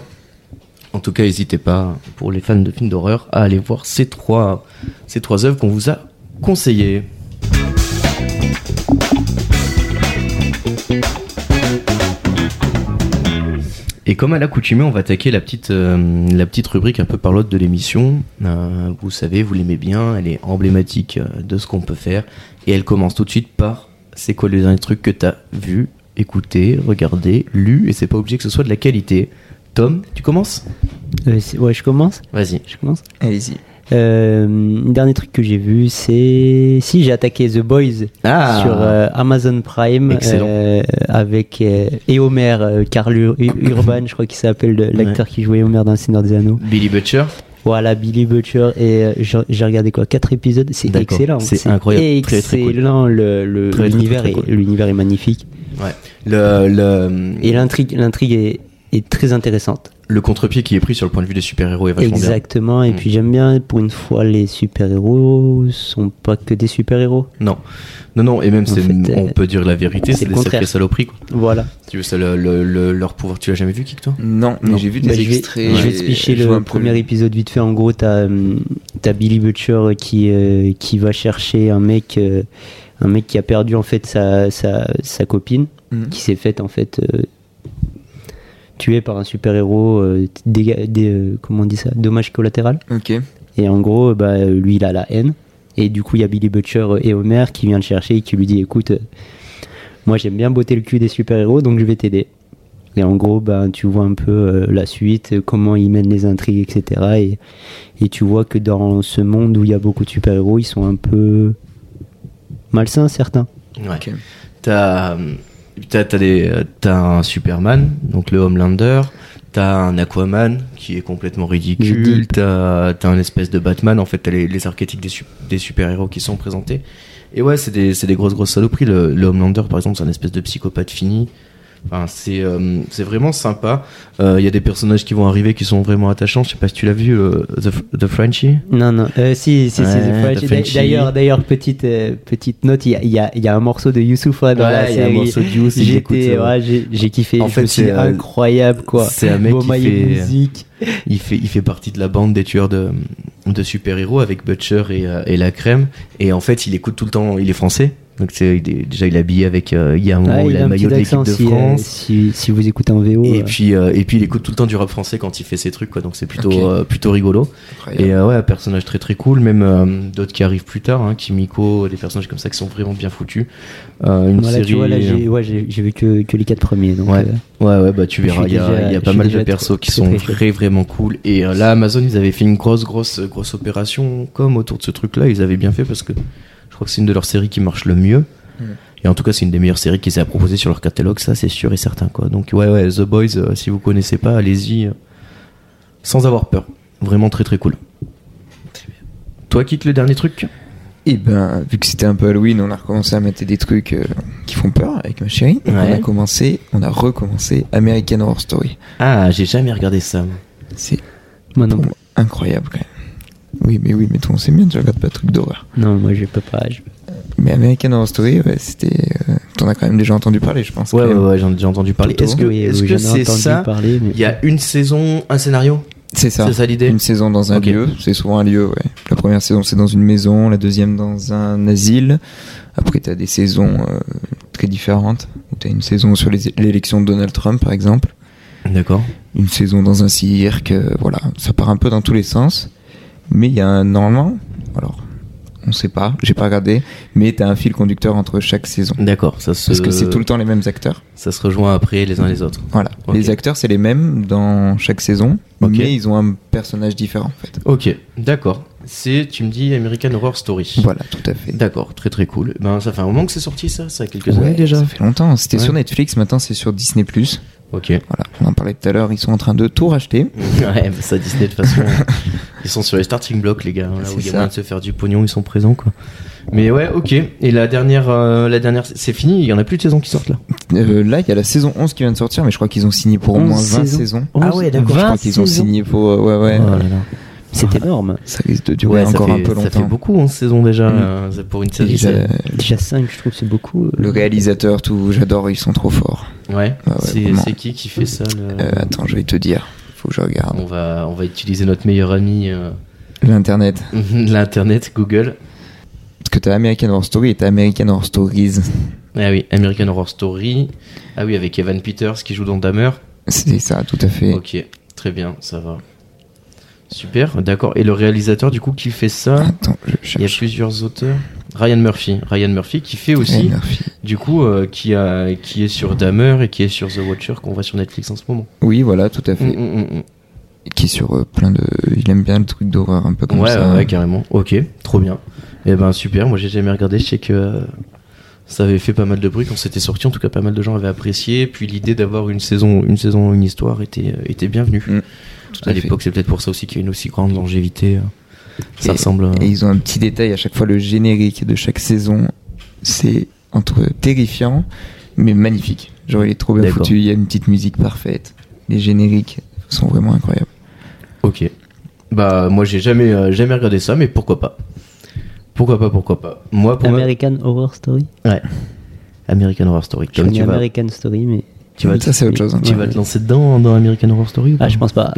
En tout cas, n'hésitez pas, pour les fans de films d'horreur, à aller voir ces trois, ces trois œuvres qu'on vous a conseillées. Et comme à l'accoutumée, on va attaquer la petite, euh, la petite rubrique un peu parlotte de l'émission. Euh, vous savez, vous l'aimez bien, elle est emblématique euh, de ce qu'on peut faire. Et elle commence tout de suite par c'est quoi les derniers trucs que t'as vu, écouté, regardé, lu, et c'est pas obligé que ce soit de la qualité. Tom, tu commences ? Euh, c'est- ouais, je commence. Vas-y. Je commence. Allez-y. Euh, dernier truc que j'ai vu, c'est si j'ai attaqué The Boys Ah. sur euh, Amazon Prime Excellent. euh, avec euh, Eomer, euh, Karl Ur- Urban, je crois qu'il s'appelle le- l'acteur qui jouait Eomer dans Le Seigneur des Anneaux. Billy Butcher. Voilà, Billy Butcher et euh, j'ai j'ai regardé quoi, quatre épisodes, c'est D'accord. excellent. C'est incroyable. Très, très cool. Excellent, le- le- Très, très, l'univers très, est très cool. l'univers est magnifique Ouais. Le, le, et l'intrigue l'intrigue est, est très intéressante. le contre-pied qui est pris sur le point de vue des super-héros est vachement bien. Exactement, et Mm. puis j'aime bien, pour une fois, les super-héros sont pas que des super-héros. Non, non, non, et même En c'est, fait, on euh, peut dire la vérité, c'est c'est le des contraire. sacrées saloperies, quoi. Voilà. Tu veux ça, le, le, le- leur pouvoir, tu l'as jamais vu, Kik, toi ? Non, mais Non. j'ai vu des Bah, je vais, extraits. je vais et te picher je vois le un peu premier épisode vite fait. En gros, t'as hum, t'as Billy Butcher qui, euh, qui va chercher un mec, euh, un mec qui a perdu en fait sa, sa, sa copine, Mhm. qui s'est faite en fait euh, tuer par un super-héros, euh, déga- des, euh, comment on dit ça, dommage collatéral. Ok. Et en gros, bah, lui, il a la haine. Et du coup, il y a Billy Butcher et Homer qui vient le chercher et qui lui dit écoute, euh, moi j'aime bien botter le cul des super-héros, donc je vais t'aider. Et en gros, bah, tu vois un peu euh, la suite, euh, comment ils mènent les intrigues, et cetera. Et, et tu vois que dans ce monde où il y a beaucoup de super-héros, ils sont un peu malsains, certains. Ouais. Ok. T'as, t'as, t'as, des, t'as un Superman, donc le Homelander. T'as un Aquaman qui est complètement ridicule. Deep. T'as, t'as un espèce de Batman. En fait, t'as les, les archétypes des, su- des super-héros qui sont présentés. Et ouais, c'est des, c'est des grosses, grosses saloperies. Le, le Homelander, par exemple, c'est un espèce de psychopathe fini. Enfin, c'est, euh, c'est vraiment sympa. Il euh, y a des personnages qui vont arriver qui sont vraiment attachants. Je sais pas si tu l'as vu, euh, The, The Frenchie. Non, non, euh, si, si, Ouais, si, The The French. Frenchie. D'ailleurs, d'ailleurs, petite, euh, petite note, il y a, il y, a, il y a un morceau de Youssoufa dans la Ouais, il y a un série. morceau de Youssou, il écoute, J'étais, euh, ouais, j'ai, j'ai kiffé. en Je fait, me suis c'est, dit, euh, incroyable, quoi. c'est un mec Beau qui maillot fait- musique. Il fait, il fait partie de la bande des tueurs de, de super-héros avec Butcher et, euh, et la crème. Et en fait, il écoute tout le temps. Il est français. Donc c'est, il est- déjà, il est habillé avec. Euh, il y a un moment Ah, où il il a a le un maillot petit de l'équipe accent de si, euh, France. si, si vous écoutez en V O. Et euh, puis, euh, et puis, il écoute tout le temps du rap français quand il fait ses trucs, quoi. Donc c'est plutôt, Ok. euh, plutôt rigolo. Incroyable. Et euh, ouais, un personnage très très cool. Même euh, d'autres qui arrivent plus tard, hein, Kimiko, des personnages comme ça qui sont vraiment bien foutus. Euh, une voilà, série. tu vois, là, j'ai, ouais, j'ai, j'ai vu que, que les quatre premiers. Donc, Ouais. euh, Ouais, ouais, bah tu Je verras, suis il y a, déjà- il y a je pas suis mal de déjà persos très- qui très, sont très chaud. très vraiment cool. Et euh, là, Amazon, ils avaient fait une grosse, grosse, grosse opération comme autour de ce truc-là. Ils avaient bien fait parce que je crois que c'est une de leurs séries qui marche le mieux. Mm. Et en tout cas, c'est une des meilleures séries qu'ils aient à proposer sur leur catalogue, ça c'est sûr et certain, quoi. Donc ouais, ouais, The Boys, euh, si vous connaissez pas, allez-y, euh, sans avoir peur. Vraiment très très cool. Toi, Kik, le dernier truc? Et ben, vu que c'était un peu Halloween, on a recommencé à mettre des trucs euh, qui font peur avec ma chérie. Donc Ouais. on a commencé, on a recommencé American Horror Story. Ah, j'ai jamais regardé ça. moi. C'est moi non pour plus. moi incroyable quand même. Oui, mais oui, mais toi on sait bien, tu regardes pas de trucs d'horreur. Non, moi je peux pas. je- Mais American Horror Story, ouais, c'était. Euh, T'en as quand même déjà entendu parler, je pense. Ouais, quand ouais, même. ouais, j'en ai déjà entendu parler. Toto. Est-ce que Oui, est-ce oui, que j'en ai c'est entendu ça? parler, mais- Il y a une saison, un scénario? C'est ça. C'est ça l'idée? Une saison dans un Ok. lieu, c'est souvent un lieu, ouais. La première saison c'est dans une maison, la deuxième dans un asile. Après t'as des saisons euh, très différentes. T'as une saison sur les- l'élection de Donald Trump par exemple. D'accord. Une saison dans un cirque, euh, voilà. Ça part un peu dans tous les sens. Mais il y a un, normalement, alors on sait pas, j'ai pas regardé, mais t'as un fil conducteur entre chaque saison. D'accord, ça se Parce que c'est tout le temps les mêmes acteurs. ça se rejoint après les uns les autres. Voilà. Ok. Les acteurs c'est les mêmes dans chaque saison, Ok. mais ils ont un personnage différent en fait. Ok, d'accord. C'est, tu me dis, American Horror Story. Voilà, tout à fait. D'accord, très très cool. Ben ça fait un moment que c'est sorti ça, ça a quelques Ouais, années déjà. Ça fait longtemps. C'était Ouais. sur Netflix, maintenant c'est sur Disney plus. Ok. Voilà, on en parlait tout à l'heure, ils sont en train de tout racheter. Ouais, bah, ça Disney de toute façon, ils sont sur les starting blocks les gars, là C'est où il y a ça. moyen de se faire du pognon, ils sont présents quoi. Mais ouais, ok. Et la dernière, euh, la dernière, c'est fini. Il y en a plus de saisons qui sortent là. Euh, là, il y a la saison onze qui vient de sortir, mais je crois qu'ils ont signé pour au onze moins vingt saisons. saisons. Ah ouais, d'accord. Je crois vingt qu'ils ont saisons. signé pour. euh, ouais, ouais. Oh là là. C'est énorme. Ça risque de durer Ouais, ça encore fait, un peu ça fait longtemps. beaucoup en saison déjà Mm. euh, c'est pour une série. Déjà, c'est- Déjà cinq, je trouve que c'est beaucoup. le réalisateur, tout, j'adore, ils sont trop forts. Ouais. Ouais, ouais, c'est, vraiment. c'est qui qui fait ça le- Euh, attends, je vais te dire. Faut que je regarde. On va, on va utiliser notre meilleur ami euh, L'internet. l'internet, Google. Parce que t'as American Horror Story et t'as American Horror Stories. Ah oui, American Horror Story. Ah oui, avec Evan Peters qui joue dans Dahmer. C'est ça, tout à fait. Ok, très bien, ça va. Super, d'accord. Et le réalisateur, du coup, qui fait ça, Attends, je il y a cherche. plusieurs auteurs. Ryan Murphy. Ryan Murphy qui fait aussi, Ryan Murphy. du coup, euh, qui, a, qui est sur Dahmer et qui est sur The Watcher, qu'on voit sur Netflix en ce moment. Oui, voilà, tout à fait. Mm, mm, mm. Qui est sur euh, plein de. Il aime bien le truc d'horreur un peu comme Ouais, ça. ouais, ouais, carrément. Ok, trop bien. Et ben super, moi j'ai jamais regardé, je sais que euh, ça avait fait pas mal de bruit quand c'était sorti, en tout cas pas mal de gens avaient apprécié, puis l'idée d'avoir une saison, une saison, une histoire était, euh, était bienvenue. Mm. Tout À à l'époque, c'est peut-être pour ça aussi qu'il y a une aussi grande longévité. euh, Ça Et- ressemble. à- Et ils ont un petit détail à chaque fois, le générique de chaque saison, c'est entre terrifiant mais magnifique. Genre il est trop bien D'accord. foutu, il y a une petite musique parfaite. Les génériques sont vraiment incroyables. Ok. Bah moi j'ai jamais, euh, jamais regardé ça, mais pourquoi pas. Pourquoi pas, pourquoi pas. Moi pour ma- American Horror Story. Ouais. American Horror Story. Je Tom, connais tu vas, American Story, mais. tu vas, Ça, c'est autre chose, hein. tu vas te lancer dedans dans American Horror Story ou pas? Ah, je pense pas.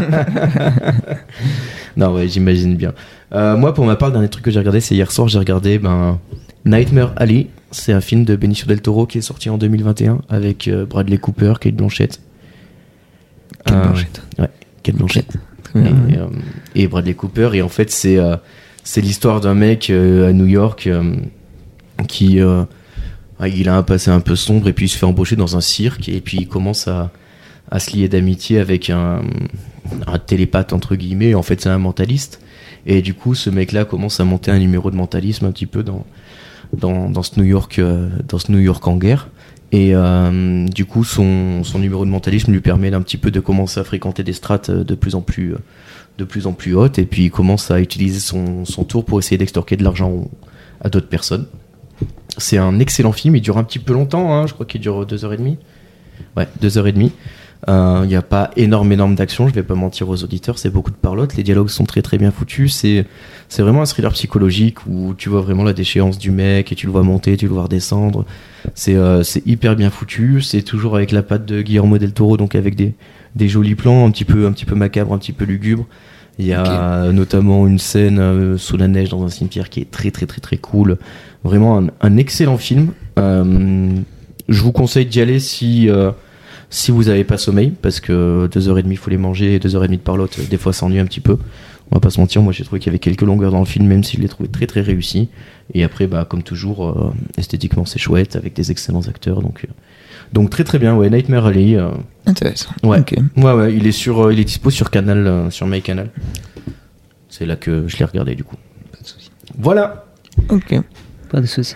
Non, ouais, j'imagine bien. Euh, moi, pour ma part, le dernier truc que j'ai regardé, c'est hier soir, j'ai regardé ben, Nightmare Alley. C'est un film de Benicio del Toro qui est sorti en deux mille vingt et un avec euh, Bradley Cooper, Kate Blanchett. Kate Euh, Blanchett. Ouais, Kate Blanchett. Très bien. Et, euh, et Bradley Cooper. Et en fait, c'est euh, c'est l'histoire d'un mec euh, à New York euh, qui euh, ouais, il a un passé un peu sombre et puis il se fait embaucher dans un cirque et puis il commence à, à se lier d'amitié avec un, un télépathe entre guillemets. En fait, c'est un mentaliste. Et du coup, ce mec-là commence à monter un numéro de mentalisme un petit peu dans dans, dans ce New York euh, dans ce New York en guerre. Et euh, du coup, son, son numéro de mentalisme lui permet d'un petit peu de commencer à fréquenter des strates de plus en plus, de plus en plus hautes. Et puis, il commence à utiliser son, son tour pour essayer d'extorquer de l'argent à d'autres personnes. C'est un excellent film. Il dure un petit peu longtemps. Hein. Je crois qu'il dure deux heures et demie. Ouais, deux heures et demie. Il n'y a pas énorme, énorme d'action. Je vais pas mentir aux auditeurs. C'est beaucoup de parlotte. Les dialogues sont très, très bien foutus. C'est, c'est vraiment un thriller psychologique où tu vois vraiment la déchéance du mec et tu le vois monter, tu le vois redescendre. C'est, euh, c'est hyper bien foutu. C'est toujours avec la patte de Guillermo del Toro, donc avec des, des jolis plans, un petit peu, un petit peu macabres, un petit peu lugubres. Il y a okay. notamment une scène euh, sous la neige dans un cimetière qui est très, très, très, très cool. Vraiment un, un excellent film. Euh, je vous conseille d'y aller si, euh, si vous n'avez pas sommeil, parce que deux heures et demie, il faut les manger, et deux heures et demie de parlotte, des fois, ça ennuie un petit peu. On va pas se mentir, moi j'ai trouvé qu'il y avait quelques longueurs dans le film, même si je l'ai trouvé très très réussi. Et après, bah, comme toujours, euh, esthétiquement c'est chouette, avec des excellents acteurs. Donc, euh, donc très très bien, ouais, Nightmare Alley. Euh, Intéressant. Ouais, okay. ouais, ouais, il est, sur, euh, il est dispo sur Canal, euh, sur MyCanal. C'est là que je l'ai regardé du coup. Pas de soucis. Voilà. Ok. Pas de soucis.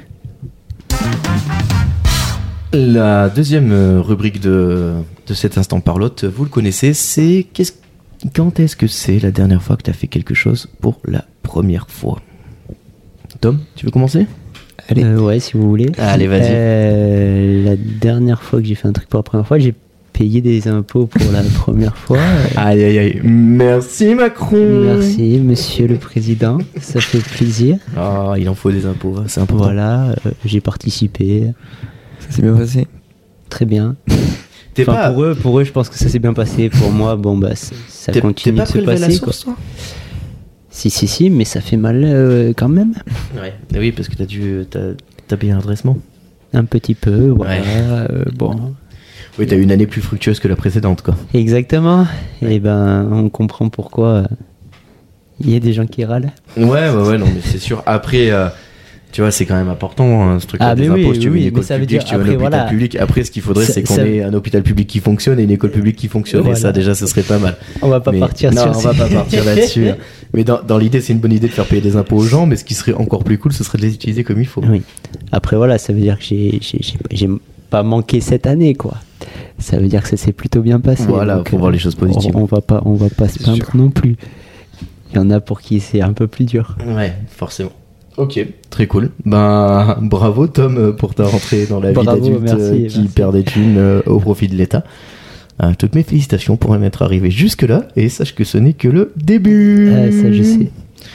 La deuxième rubrique de, de cet instant parlotte, vous le connaissez, c'est qu'est-ce, quand est-ce que c'est la dernière fois que tu as fait quelque chose pour la première fois? Tom, tu veux commencer? Allez. Euh, ouais, si vous voulez. Allez, vas-y. Euh, la dernière fois que j'ai fait un truc pour la première fois, j'ai payé des impôts pour la première fois. Aïe, aïe, aïe. Merci Macron. Merci, monsieur le président. Ça fait plaisir. Ah, oh, il en faut des impôts, c'est important. Voilà, euh, j'ai participé. Ça s'est bien passé? Très bien. T'es enfin, pas... pour eux, pour eux, je pense que ça s'est bien passé. Pour moi, bon bah ça, ça t'es, continue t'es pas de se passer. La source, quoi. Toi si si si, mais ça fait mal euh, quand même. Ouais. Oui, parce que t'as dû, t'as, t'as payé un redressement. Un petit peu, voilà. Ouais. Euh, bon. Oui, t'as eu une année plus fructueuse que la précédente, quoi. Exactement. Ouais. Et ben, on comprend pourquoi il euh, y a des gens qui râlent. Ouais, ouais, ouais, non, mais c'est sûr. Après. Euh... Tu vois, c'est quand même important, hein, ce truc ah, des oui, impôts. Si tu veux oui, une école ça veut publique, dire, tu veux un après, hôpital voilà. public. Après, ce qu'il faudrait, ça, c'est qu'on ça... ait un hôpital public qui fonctionne et une école publique qui fonctionne. Voilà. Et ça, déjà, ce serait pas mal. On va pas mais... partir non, sur on va pas partir là-dessus. Mais dans, dans l'idée, c'est une bonne idée de faire payer des impôts aux gens, mais ce qui serait encore plus cool, ce serait de les utiliser comme il faut. Oui. Après, voilà, ça veut dire que j'ai, j'ai, j'ai, j'ai pas manqué cette année, quoi. Ça veut dire que ça s'est plutôt bien passé. Voilà, donc, faut euh, voir les choses positives. On, on va pas, on va pas se plaindre non plus. Il y en a pour qui c'est un peu plus dur. Ouais, forcément. Ok, très cool. Ben, bravo Tom pour ta rentrée dans la bravo, vie d'adulte merci, euh, qui merci. perd des thunes euh, au profit de l'État. Euh, toutes mes félicitations pour en être arrivé jusque-là et sache que ce n'est que le début. Euh, ça, je sais.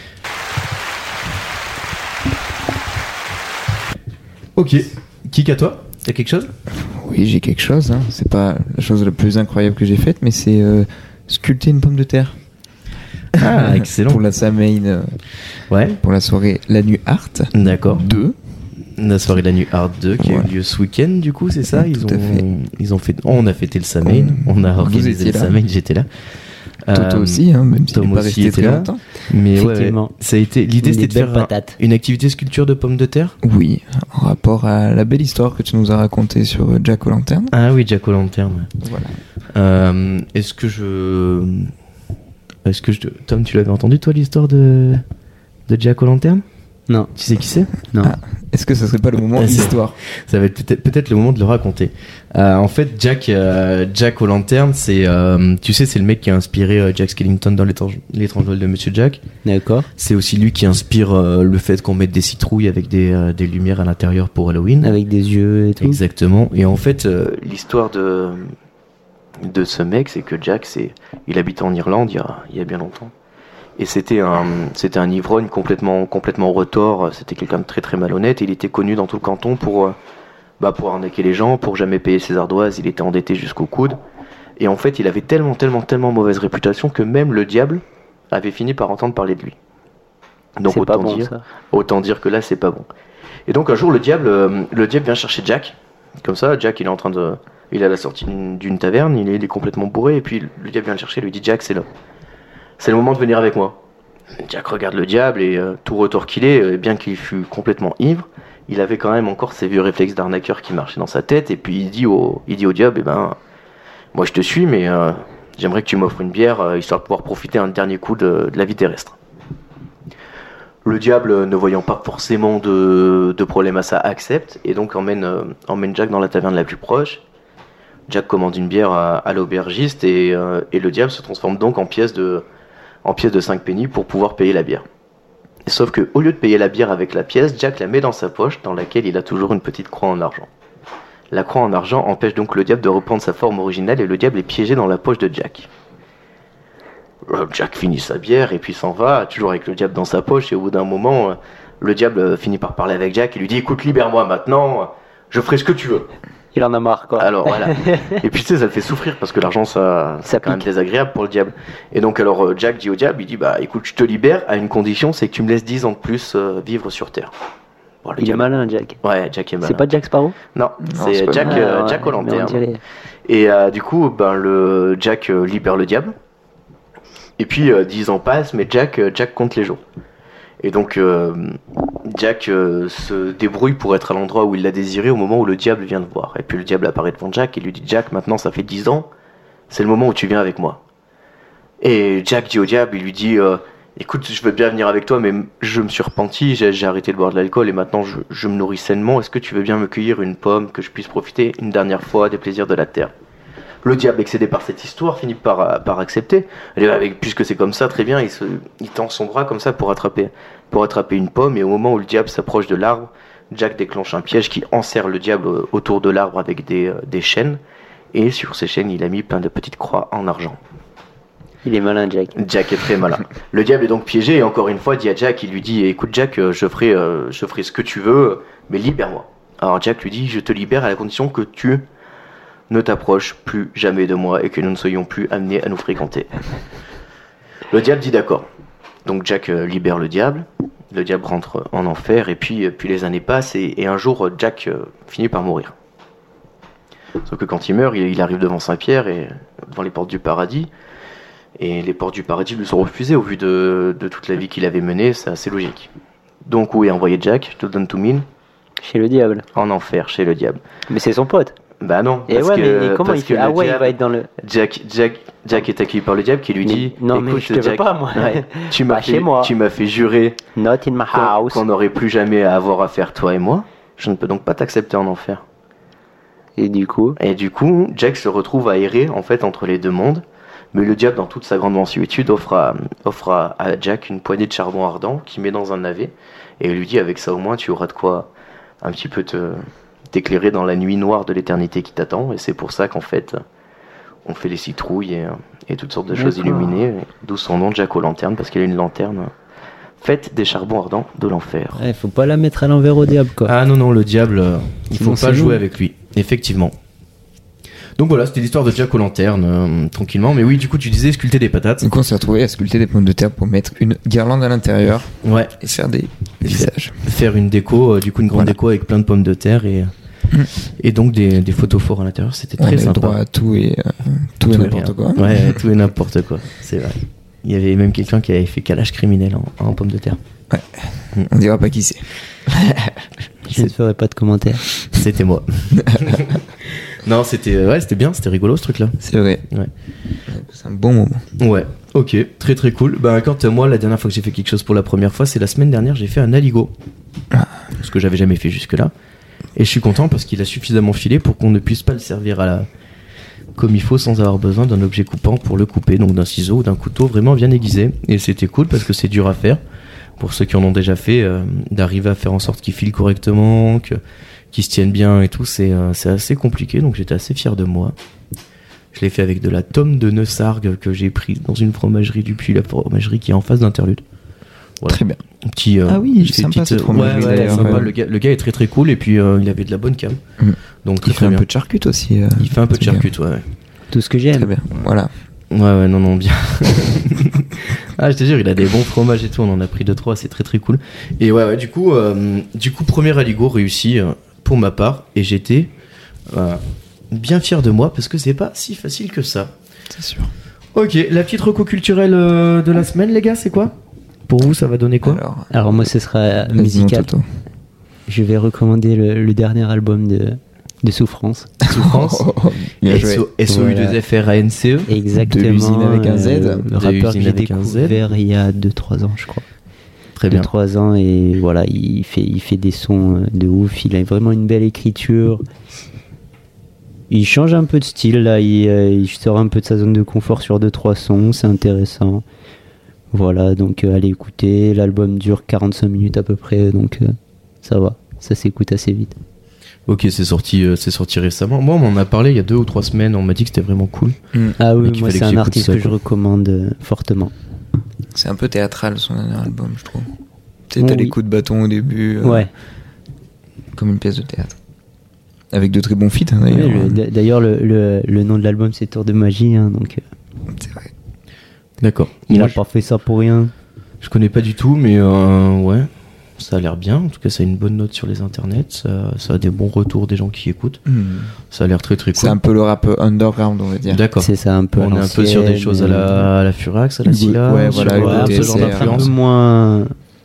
Ok, Kik à toi? T'as quelque chose? Oui, j'ai quelque chose. Hein. C'est pas la chose la plus incroyable que j'ai faite, mais c'est euh, sculpter une pomme de terre. Ah, excellent. Pour la Samhain, euh, ouais. Pour la soirée La Nuit Art. D'accord. deux. La soirée de la nuit Hard deux qui Voilà. a eu lieu ce week-end, du coup, c'est ça. Tout Ils à ont, fait. ils ont fait. oh, on a fêté le Samhain. On- On a vous organisé étiez le là. Samhain. J'étais là. Toto Euh, aussi, hein, même s'il Tom n'est pas aussi resté était très là. longtemps. Mais ouais, ouais, Effectivement. ça a été. L'idée, Des c'était de belles faire un- patates. une activité sculpture de pommes de terre. Oui, en rapport à la belle histoire que tu nous as racontée sur euh, Jack O'Lantern. Ah oui, Jack O'Lantern. Voilà. Euh, est-ce que je. Est-ce que je. Tom, tu l'avais entendu, toi, l'histoire de. de Jack O'Lantern? Non, Tu sais qui c'est? non. Ah. Est-ce que ce serait pas le moment Ah, c'est- histoire? Ça va être peut-être, peut-être le moment de le raconter. Euh, en fait, Jack, euh, Jack O'Lantern, c'est, euh, tu sais, c'est le mec qui a inspiré euh, Jack Skellington dans l'étrange, l'étrange Noël de Monsieur Jack. D'accord. C'est aussi lui qui inspire euh, le fait qu'on mette des citrouilles avec des, euh, des lumières à l'intérieur pour Halloween. Avec des yeux et tout. Exactement. Et en fait, euh, l'histoire de de ce mec, c'est que Jack, c'est, il habitait en Irlande il y a, il y a bien longtemps. Et c'était un, c'était un ivrogne complètement, complètement retors. C'était quelqu'un de très très malhonnête. Et il était connu dans tout le canton pour, euh, bah, pour arnaquer les gens, pour jamais payer ses ardoises. Il était endetté jusqu'au coude. Et en fait, il avait tellement, tellement, tellement mauvaise réputation que même le diable avait fini par entendre parler de lui. Donc C'est pas autant bon dire, ça. autant dire que là, c'est pas bon. Et donc un jour, le diable, euh, le diable vient chercher Jack. Comme ça, Jack, il est en train de, il est à la sortie d'une, d'une taverne. Il est, il est complètement bourré. Et puis le diable vient le chercher. Il lui dit, Jack, c'est là. C'est le moment de venir avec moi. Jack regarde le diable et euh, tout retors qu'il est, euh, bien qu'il fût complètement ivre, il avait quand même encore ses vieux réflexes d'arnaqueur qui marchaient dans sa tête. Et puis il dit au, il dit au diable, eh ben, moi je te suis, mais euh, j'aimerais que tu m'offres une bière, euh, histoire de pouvoir profiter un dernier coup de, de la vie terrestre. Le diable, euh, ne voyant pas forcément de, de problème à ça, accepte et donc emmène, euh, emmène Jack dans la taverne la plus proche. Jack commande une bière à, à l'aubergiste et, euh, et le diable se transforme donc en pièce de, en pièce de cinq pennies pour pouvoir payer la bière. Sauf que au lieu de payer la bière avec la pièce, Jack la met dans sa poche dans laquelle il a toujours une petite croix en argent. La croix en argent empêche donc le diable de reprendre sa forme originale et le diable est piégé dans la poche de Jack. Jack finit sa bière et puis s'en va, toujours avec le diable dans sa poche, et au bout d'un moment, le diable finit par parler avec Jack et lui dit « Écoute, libère-moi maintenant, je ferai ce que tu veux. » Il en a marre quoi. Alors voilà. Et puis tu sais, ça le fait souffrir parce que l'argent, ça, Ça c'est quand même pique. désagréable pour le diable. Et donc alors euh, Jack dit au diable, il dit bah écoute, je te libère à une condition, c'est que tu me laisses dix ans de plus euh, vivre sur Terre. Bon, le Il est diable- malin Jack. Ouais, Jack est malin. C'est pas Jack Sparrow? Non, Non, c'est c'est pas Jack, lui. euh, Ah, Jack ouais, mais on O'Lantern. dirait. Et euh, du coup, ben le Jack euh, libère le diable. Et puis euh, dix ans passent, mais Jack, euh, Jack compte les jours. Et donc euh, Jack euh, se débrouille pour être à l'endroit où il l'a désiré au moment où le diable vient le voir. Et puis le diable apparaît devant Jack et lui dit Jack, maintenant ça fait dix ans, c'est le moment où tu viens avec moi. Et Jack dit au diable, il lui dit euh, écoute, je veux bien venir avec toi, mais je me suis repenti, j'ai, j'ai arrêté de boire de l'alcool et maintenant je, je me nourris sainement. Est-ce que tu veux bien me cueillir une pomme, que je puisse profiter une dernière fois des plaisirs de la terre? Le diable, excédé par cette histoire, finit par, par accepter. Et avec, puisque c'est comme ça, très bien, il, se, il tend son bras comme ça pour attraper, pour attraper une pomme. Et au moment où le diable s'approche de l'arbre, Jack déclenche un piège qui enserre le diable autour de l'arbre avec des, euh, des chaînes. Et sur ces chaînes, il a mis plein de petites croix en argent. Il est malin Jack. Jack est très malin. Le diable est donc piégé et encore une fois dit à Jack, il lui dit écoute Jack, euh, je ferai, euh, je ferai ce que tu veux, mais libère-moi. Alors Jack lui dit je te libère à la condition que tu ne t'approches plus jamais de moi et que nous ne soyons plus amenés à nous fréquenter. Le diable dit d'accord. Donc Jack euh, libère le diable. Le diable rentre en enfer et puis, euh, puis les années passent et, et un jour euh, Jack euh, finit par mourir. Sauf que quand il meurt, il, il arrive devant Saint-Pierre et devant les portes du paradis. Et les portes du paradis lui sont refusées au vu de, de toute la vie qu'il avait menée, c'est assez logique. Donc où est envoyé Jack, to Don to Mean, Chez le diable. en enfer, chez le diable. Mais c'est son pote. Bah non, Et parce ouais, que, mais comment parce il fait? que Ah le ouais, il diable- va être dans le. Jack, Jack, Jack est accueilli par le diable qui lui Mais- dit non, mais écoute, je te veux Jack, pas, moi. ouais, tu m'as Pas fait, chez moi. tu m'as fait jurer Not in my qu'on house. qu'on n'aurait plus jamais à avoir affaire toi et moi. Je ne peux donc pas t'accepter en enfer. Et du coup, Et du coup, Jack se retrouve à errer en fait entre les deux mondes. Mais le diable, dans toute sa grande mansuétude, offre à, offre à, à Jack une poignée de charbon ardent qu'il met dans un navet. Et il lui dit avec ça au moins tu auras de quoi un petit peu te t'éclairer dans la nuit noire de l'éternité qui t'attend. Et c'est pour ça qu'en fait, on fait les citrouilles et, et toutes sortes de choses D'accord. illuminées. D'où son nom, Jack O'Lantern, parce qu'il a une lanterne faite des charbons ardents de l'enfer. ouais, faut pas la mettre à l'envers au diable quoi. Ah non, non, le diable, euh, il faut Sinon, pas c'est jouer nous. avec lui, effectivement. Donc voilà, c'était l'histoire de Jack O'Lantern, euh, tranquillement. Mais oui, du coup, tu disais sculpter des patates. Donc on s'est retrouvé à sculpter des pommes de terre pour mettre une guirlande à l'intérieur Ouais, et faire des visages. faire une déco, euh, du coup une grande Voilà. déco avec plein de pommes de terre et, Mm. et donc des, des photos forts à l'intérieur. C'était On a très eu sympa. droit à tout et, euh, tout et Tout et n'importe rien. quoi. Ouais, tout et n'importe quoi, c'est vrai. Il y avait même quelqu'un qui avait fait calage criminel en, en pommes de terre. On dira pas qui c'est. Je ne ferai pas de commentaires. C'était moi. Non, c'était ouais, c'était bien, c'était rigolo ce truc-là. C'est vrai. Ouais. C'est un bon moment. Ouais, ok, très très cool. Bah, quant à moi, la dernière fois que j'ai fait quelque chose pour la première fois, c'est la semaine dernière, j'ai fait un aligot. Ah. Ce que j'avais jamais fait jusque-là. Et je suis content parce qu'il a suffisamment filé pour qu'on ne puisse pas le servir à la... comme il faut sans avoir besoin d'un objet coupant pour le couper, donc d'un ciseau ou d'un couteau vraiment bien aiguisé. Et c'était cool parce que c'est dur à faire. Pour ceux qui en ont déjà fait, euh, d'arriver à faire en sorte qu'il file correctement, que, qu'il se tienne bien et tout, c'est, euh, c'est assez compliqué, donc j'étais assez fier de moi. Je l'ai fait avec de la tome de Neussargues que j'ai prise dans une fromagerie du Puy, la fromagerie qui est en face d'Interlude. Voilà. Très bien. Un petit, euh, Ah oui, j'ai fait sympa, une cette euh, fromagerie, ouais, ouais, d'ailleurs, sympa. ouais. Le, gars, le gars est très très cool et puis euh, il avait de la bonne cam. Mm. Donc très Il fait très un bien. peu de charcute aussi. euh, Il fait un peu de c'est bien. charcute, ouais. ouais. Tout ce que Très j'aime. bien. Voilà. Ouais, ouais, non, non, bien. Ah, je te jure, il a des bons fromages et tout, on en a pris deux, trois, c'est très très cool. Et ouais, ouais, du coup, euh, du coup, premier aligot réussi euh, pour ma part, et j'étais euh, bien fier de moi parce que c'est pas si facile que ça. C'est sûr. Ok, la petite reco culturelle euh, de la semaine, les gars, c'est quoi? Pour vous, ça va donner quoi? Alors, Alors moi, ce sera vas-y, mon musical. Toto. Je vais recommander le, le dernier album de, de Souffrance. Souffrance. Oh, oh, oh, bien joué. S O U deux F R A N C E. Exactement. De l'usine avec un Z. euh, De le rappeur que l'usine j'ai avec un Z. découvert il y a deux trois ans, je crois. Très deux bien. trois ans et voilà, il fait, il fait des sons euh, de ouf. Il a vraiment une belle écriture. Il change un peu de style là. Il, euh, il sort un peu de sa zone de confort sur deux trois sons. C'est intéressant. Voilà, donc euh, allez écouter. L'album dure quarante-cinq minutes à peu près, donc euh, ça va. Ça s'écoute assez vite. Ok, c'est sorti, euh, c'est sorti récemment. Moi, on m'en a parlé il y a deux ou trois semaines. On m'a dit que c'était vraiment cool. Mm. Ah Mais oui, qu'il moi fallait c'est que un j'écoute artiste ça, que je quoi. recommande euh, fortement. C'est un peu théâtral son dernier album, je trouve. Tu sais, t'as Oui. les coups de bâton au début. euh, Ouais. Comme une pièce de théâtre. Avec de très bons feats, hein, Oui, d'ailleurs. le- d'ailleurs, le, le, le nom de l'album c'est Tour de magie, hein, donc euh, C'est vrai. D'accord. il Moi, a pas fait ça pour rien. je, je connais pas du tout, mais euh, ouais, ça a l'air bien. En tout cas, ça a une bonne note sur les internets. Ça, ça a des bons retours des gens qui écoutent. Mm. Ça a l'air très très C'est cool. un peu le rap underground, on va dire. D'accord. C'est ça un peu. à On est un peu sur des l'ancienne, choses à la, à la Furax, à la Hugo- Silla, ouais, sur, voilà, euh, Hugo ce genre Tesser. un d'influence. peu moins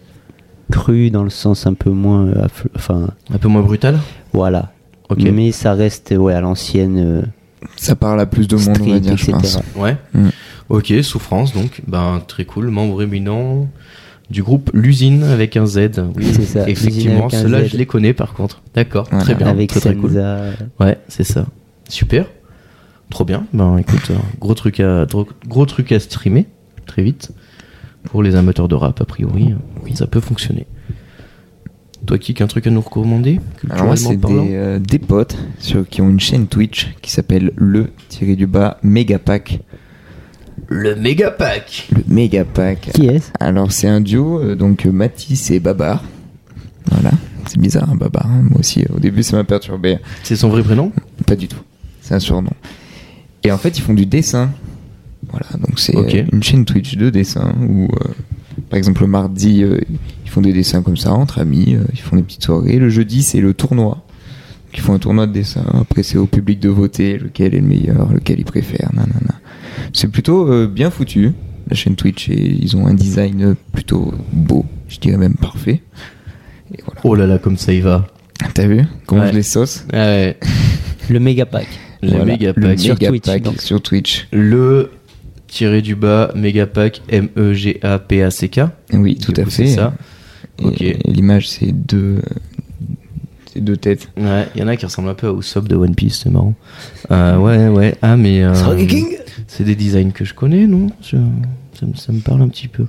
cru dans le sens un peu moins, euh, affle- enfin Un peu moins brutal. voilà. Ok. Mais ça reste ouais à l'ancienne. euh, Ça parle à plus de monde, on street, va dire, je et cetera. pense. Ouais. Mm. Ok, Souffrance, donc, ben très cool. Membre éminent du groupe L'Usine avec un Z. Oui, C'est ça, effectivement. L'Usine avec un Ceux-là, Z. je les connais par contre. D'accord, Voilà. très bien. avec très très cool. Senza. Ouais, c'est ça. Super. Trop bien. Ben écoute, euh, gros truc à gros, gros truc à streamer très vite pour les amateurs de rap a priori. euh, Ça peut fonctionner. Toi, Kik, un truc à nous recommander Alors moi, culturellement c'est parlant des, euh, des potes sur, qui ont une chaîne Twitch qui s'appelle le tiré du bas Megapack. Le méga pack. Le Megapack. Qui est-ce? Alors c'est un duo, euh, donc euh, Mathis et Babar. Voilà, c'est bizarre, hein, Babar. hein. Moi aussi, euh, au début, ça m'a perturbé. C'est son vrai prénom? Pas du tout. C'est un surnom. Et en fait, ils font du dessin. Voilà, donc c'est Ok. euh, une chaîne Twitch de dessin où, euh, par exemple, le mardi, euh, ils font des dessins comme ça entre amis. euh, ils font des petites soirées. Le jeudi, c'est le tournoi. Donc, ils font un tournoi de dessin. Après, c'est au public de voter lequel est le meilleur, lequel ils préfèrent. Nanana. C'est plutôt euh, bien foutu, la chaîne Twitch. Et ils ont un design plutôt beau, je dirais même parfait. Et voilà. Oh là là, comme ça y va. T'as vu comment Ouais. je les sauce? Ah ouais. Le méga pack. Le Voilà. méga Le pack. sur Megapack Twitch, donc. sur Twitch. Le tiré du bas méga pack M E G A P A C K. Oui, Du tout à coup, fait. c'est ça. Et Ok. l'image, c'est deux, c'est deux têtes. Ouais, il y en a qui ressemblent un peu à Usopp de One Piece, c'est marrant. Euh, ouais, ouais. Ah, mais. euh, c'est des designs que je connais, non? Je- ça, me- ça me parle un petit peu.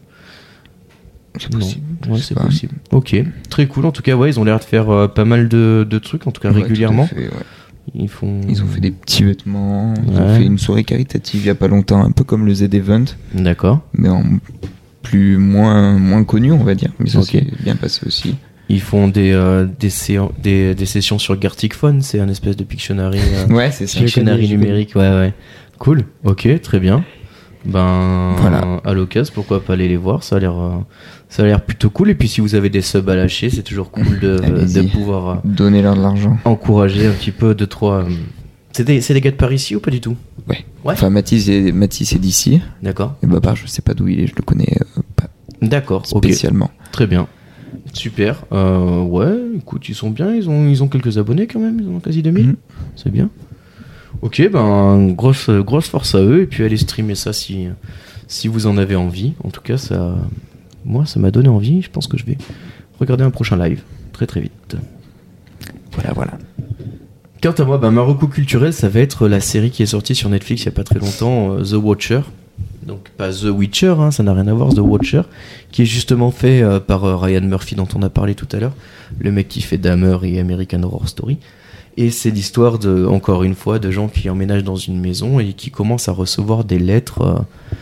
C'est Non. possible. je Ouais, sais c'est pas. possible. Ok, très cool. En tout cas, ouais, ils ont l'air de faire euh, pas mal de, de trucs, en tout cas Ouais, régulièrement. tout à fait, ouais. Ils font. Ils ont fait des petits vêtements. Ils ont Ouais. fait une soirée caritative il y a pas longtemps, un peu comme le Z Event, D'accord. mais en plus moins moins connu, on va dire. Mais ça Ok. s'est bien passé aussi. Ils font des, euh, des, séan- des, des sessions sur Gartic Phone, c'est un espèce de Pictionary, euh, Ouais, c'est ça. Je Pictionary connais, je numérique, ouais, ouais. Cool, ok, très bien. Ben, Voilà. à l'occasion, pourquoi pas aller les voir, ça a l'air, euh, Ça a l'air plutôt cool. Et puis si vous avez des subs à lâcher, c'est toujours cool de, Allez-y. de pouvoir euh, Donnez-leur de l'argent. encourager un petit peu deux trois. euh, C'est des, c'est des gars de par ici ou pas du tout? Ouais. Ouais. Enfin, Mathis est, Mathis est d'ici. D'accord. Et Babar, je sais pas d'où il est, je le connais euh, pas D'accord. Ok. spécialement. Très bien. Super. Euh, ouais. Écoute, ils sont bien. Ils ont, ils ont quelques abonnés quand même. Ils en ont quasi deux mille. Mhm. C'est bien. Ok. Ben grosse, grosse force à eux. Et puis allez streamer ça si, si vous en avez envie. En tout cas, ça, moi, ça m'a donné envie. Je pense que je vais regarder un prochain live très très vite. Voilà, voilà. Quant à moi, ben, ma reco culturelle, ça va être la série qui est sortie sur Netflix il n'y a pas très longtemps, euh, The Watcher. Donc pas The Witcher, hein, ça n'a rien à voir, The Watcher, qui est justement fait euh, par euh, Ryan Murphy dont on a parlé tout à l'heure, le mec qui fait Dahmer et American Horror Story. Et c'est l'histoire, de, encore une fois, de gens qui emménagent dans une maison et qui commencent à recevoir des lettres euh,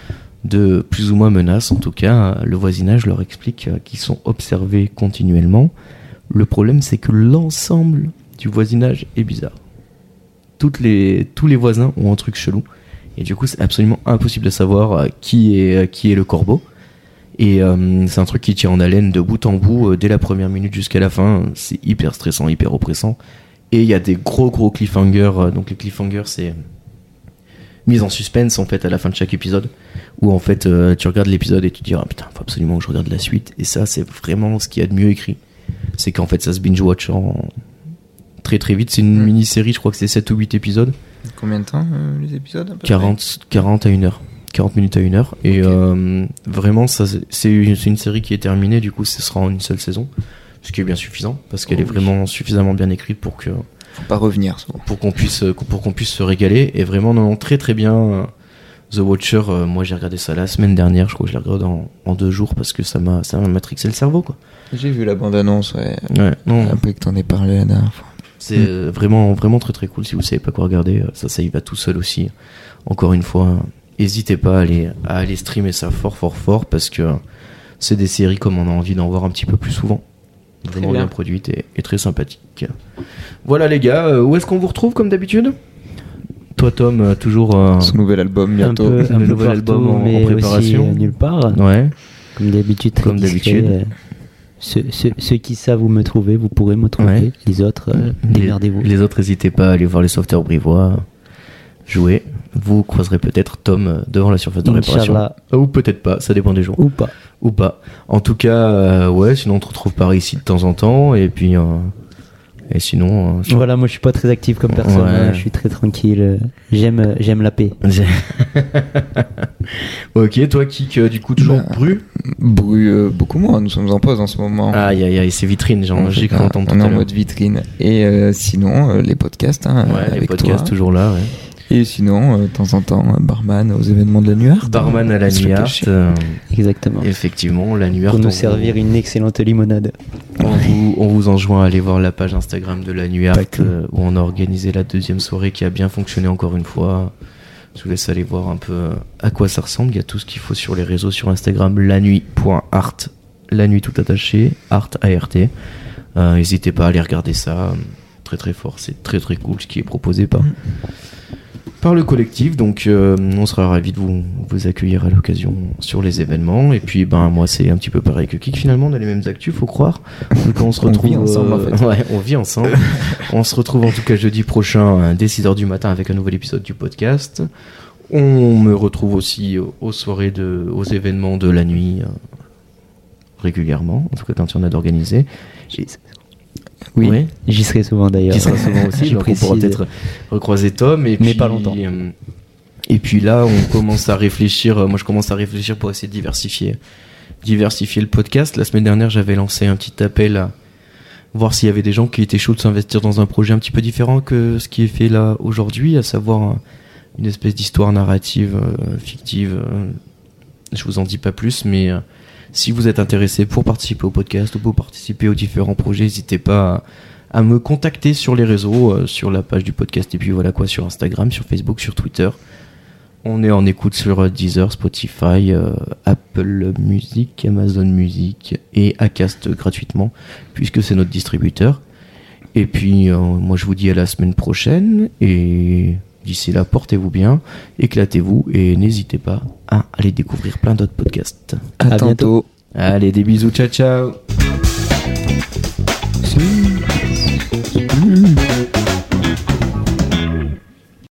de plus ou moins menaces. En tout cas, le voisinage leur explique euh, qu'ils sont observés continuellement. Le problème, c'est que l'ensemble du voisinage est bizarre. Toutes les, tous les voisins ont un truc chelou. Et du coup, c'est absolument impossible de savoir euh, qui, est, euh, qui est le corbeau. Et euh, c'est un truc qui tient en haleine de bout en bout, euh, dès la première minute jusqu'à la fin. C'est hyper stressant, hyper oppressant. Et il y a des gros gros cliffhangers. Euh, donc les cliffhangers, c'est euh, mise en suspense en fait à la fin de chaque épisode. Où en fait, euh, tu regardes l'épisode et tu te dis ah putain, faut absolument que je regarde la suite. Et ça, c'est vraiment ce qu'il y a de mieux écrit. C'est qu'en fait, ça se binge-watch en très très vite. C'est une Mm. mini-série, je crois que c'est sept ou huit épisodes. Combien de temps euh, les épisodes à peu près quarante, quarante à une heure. quarante minutes à une heure. Et Ok. euh, vraiment, ça, c'est, c'est une c'est une série qui est terminée. Du coup, ce sera en une seule saison. Ce qui est bien suffisant. Parce qu'elle Oh est oui. vraiment suffisamment bien écrite pour, que, Faut pas revenir souvent. pour, qu'on, puisse, pour qu'on puisse se régaler. Et vraiment, non, non, très très bien. euh, The Watcher, euh, moi j'ai regardé ça la semaine dernière. Je crois que je l'ai regardé en, en deux jours parce que ça m'a, ça m'a matrixé le cerveau. Quoi. J'ai vu la bande-annonce, ouais. Ouais, non, Après que t'en aies parlé la dernière fois. c'est euh, vraiment, vraiment très très cool. Si vous savez pas quoi regarder, euh, ça, ça y va tout seul aussi. Encore une fois, n'hésitez pas à aller, à aller streamer ça fort, fort, fort parce que euh, c'est des séries comme on a envie d'en voir un petit peu plus souvent. Vraiment bien. bien produites et, et très sympathiques. Voilà les gars, euh, où est-ce qu'on vous retrouve comme d'habitude? Toi Tom, euh, toujours euh, Son nouvel album Un bientôt. peu, un Le peu nouvel partout, album en- en mais préparation. aussi, euh, nulle part. ouais, Comme d'habitude, très Comme discret. d'habitude. Euh, Ceux, ceux- ceux qui savent où me trouver, vous pourrez me trouver. Ouais. Les autres, euh, les, démerdez-vous. les autres n'hésitez pas à aller voir les sauveteurs brivois jouer. Vous croiserez peut-être Tom euh, devant la surface de réparation. Inch'Allah. Ou peut-être pas, ça dépend des jours. Ou pas. Ou pas. En tout cas, euh, ouais, sinon on te retrouve par ici de temps en temps. Et puis, euh, et sinon. euh, sur- Voilà, moi je suis pas très actif comme personne. Ouais. hein, Je suis très tranquille. euh, J'aime, euh, j'aime la paix. ok, toi, Kik, euh, du coup, toujours Bah, Bru. Bru euh, beaucoup moins, nous sommes en pause en ce moment. Aïe, aïe, aïe, c'est vitrine, genre, On j'ai fait cru pas- entendre on tout est à en l'heure. mode vitrine. Et euh, sinon, euh, les podcasts hein, Ouais, les avec podcasts, toi. toujours là, ouais. Et sinon, euh, de temps en temps, euh, barman aux événements de la nuit Art. Barman à la Se nuit art. cacher. euh, Exactement. effectivement, la nuit art. Pour on nous vous- servir une excellente limonade. On vous, on vous enjoint à aller voir la page Instagram de la Nuit Art Pas que. euh, où on a organisé la deuxième soirée qui a bien fonctionné encore une fois. Je vous laisse aller voir un peu euh, à quoi ça ressemble. Il y a tout ce qu'il faut sur les réseaux, sur Instagram, lanuit.art, la nuit tout attaché, art A R T. Euh, N'hésitez pas à aller regarder ça. euh, Très très fort, c'est très très cool ce qui est proposé par, par le collectif. Donc euh, on sera ravis de vous, vous accueillir à l'occasion sur les événements. Et puis ben moi c'est un petit peu pareil que Kik finalement, on a les mêmes actus, faut croire. Donc on se On retrouve vit ensemble, en fait. ouais, on vit ensemble. On se retrouve en tout cas jeudi prochain euh, dès six heures du matin avec un nouvel épisode du podcast. On me retrouve aussi aux, aux soirées de aux événements de la nuit euh, régulièrement, en tout cas quand il y en a d'organisés. Et- Oui, Ouais. j'y serai souvent d'ailleurs. qui sera souvent aussi, Je donc on pourra précise. peut-être recroiser Tom. Et Mais puis, pas longtemps. euh, et puis là, on commence à réfléchir. euh, Moi, je commence à réfléchir pour essayer de diversifier, diversifier le podcast. La semaine dernière, j'avais lancé un petit appel à voir s'il y avait des gens qui étaient chauds de s'investir dans un projet un petit peu différent que ce qui est fait là aujourd'hui, à savoir euh, une espèce d'histoire narrative euh, fictive. euh, je vous en dis pas plus, mais euh, si vous êtes intéressé pour participer au podcast ou pour participer aux différents projets, n'hésitez pas à, à me contacter sur les réseaux, euh, sur la page du podcast et puis voilà quoi, sur Instagram, sur Facebook, sur Twitter. On est en écoute sur euh, Deezer, Spotify, euh, Apple Music, Amazon Music et Acast gratuitement puisque c'est notre distributeur. Et puis euh, moi je vous dis à la semaine prochaine et d'ici là portez-vous bien, éclatez-vous et n'hésitez pas à aller découvrir plein d'autres podcasts. À, À bientôt. tantôt. Allez, des bisous, ciao ciao.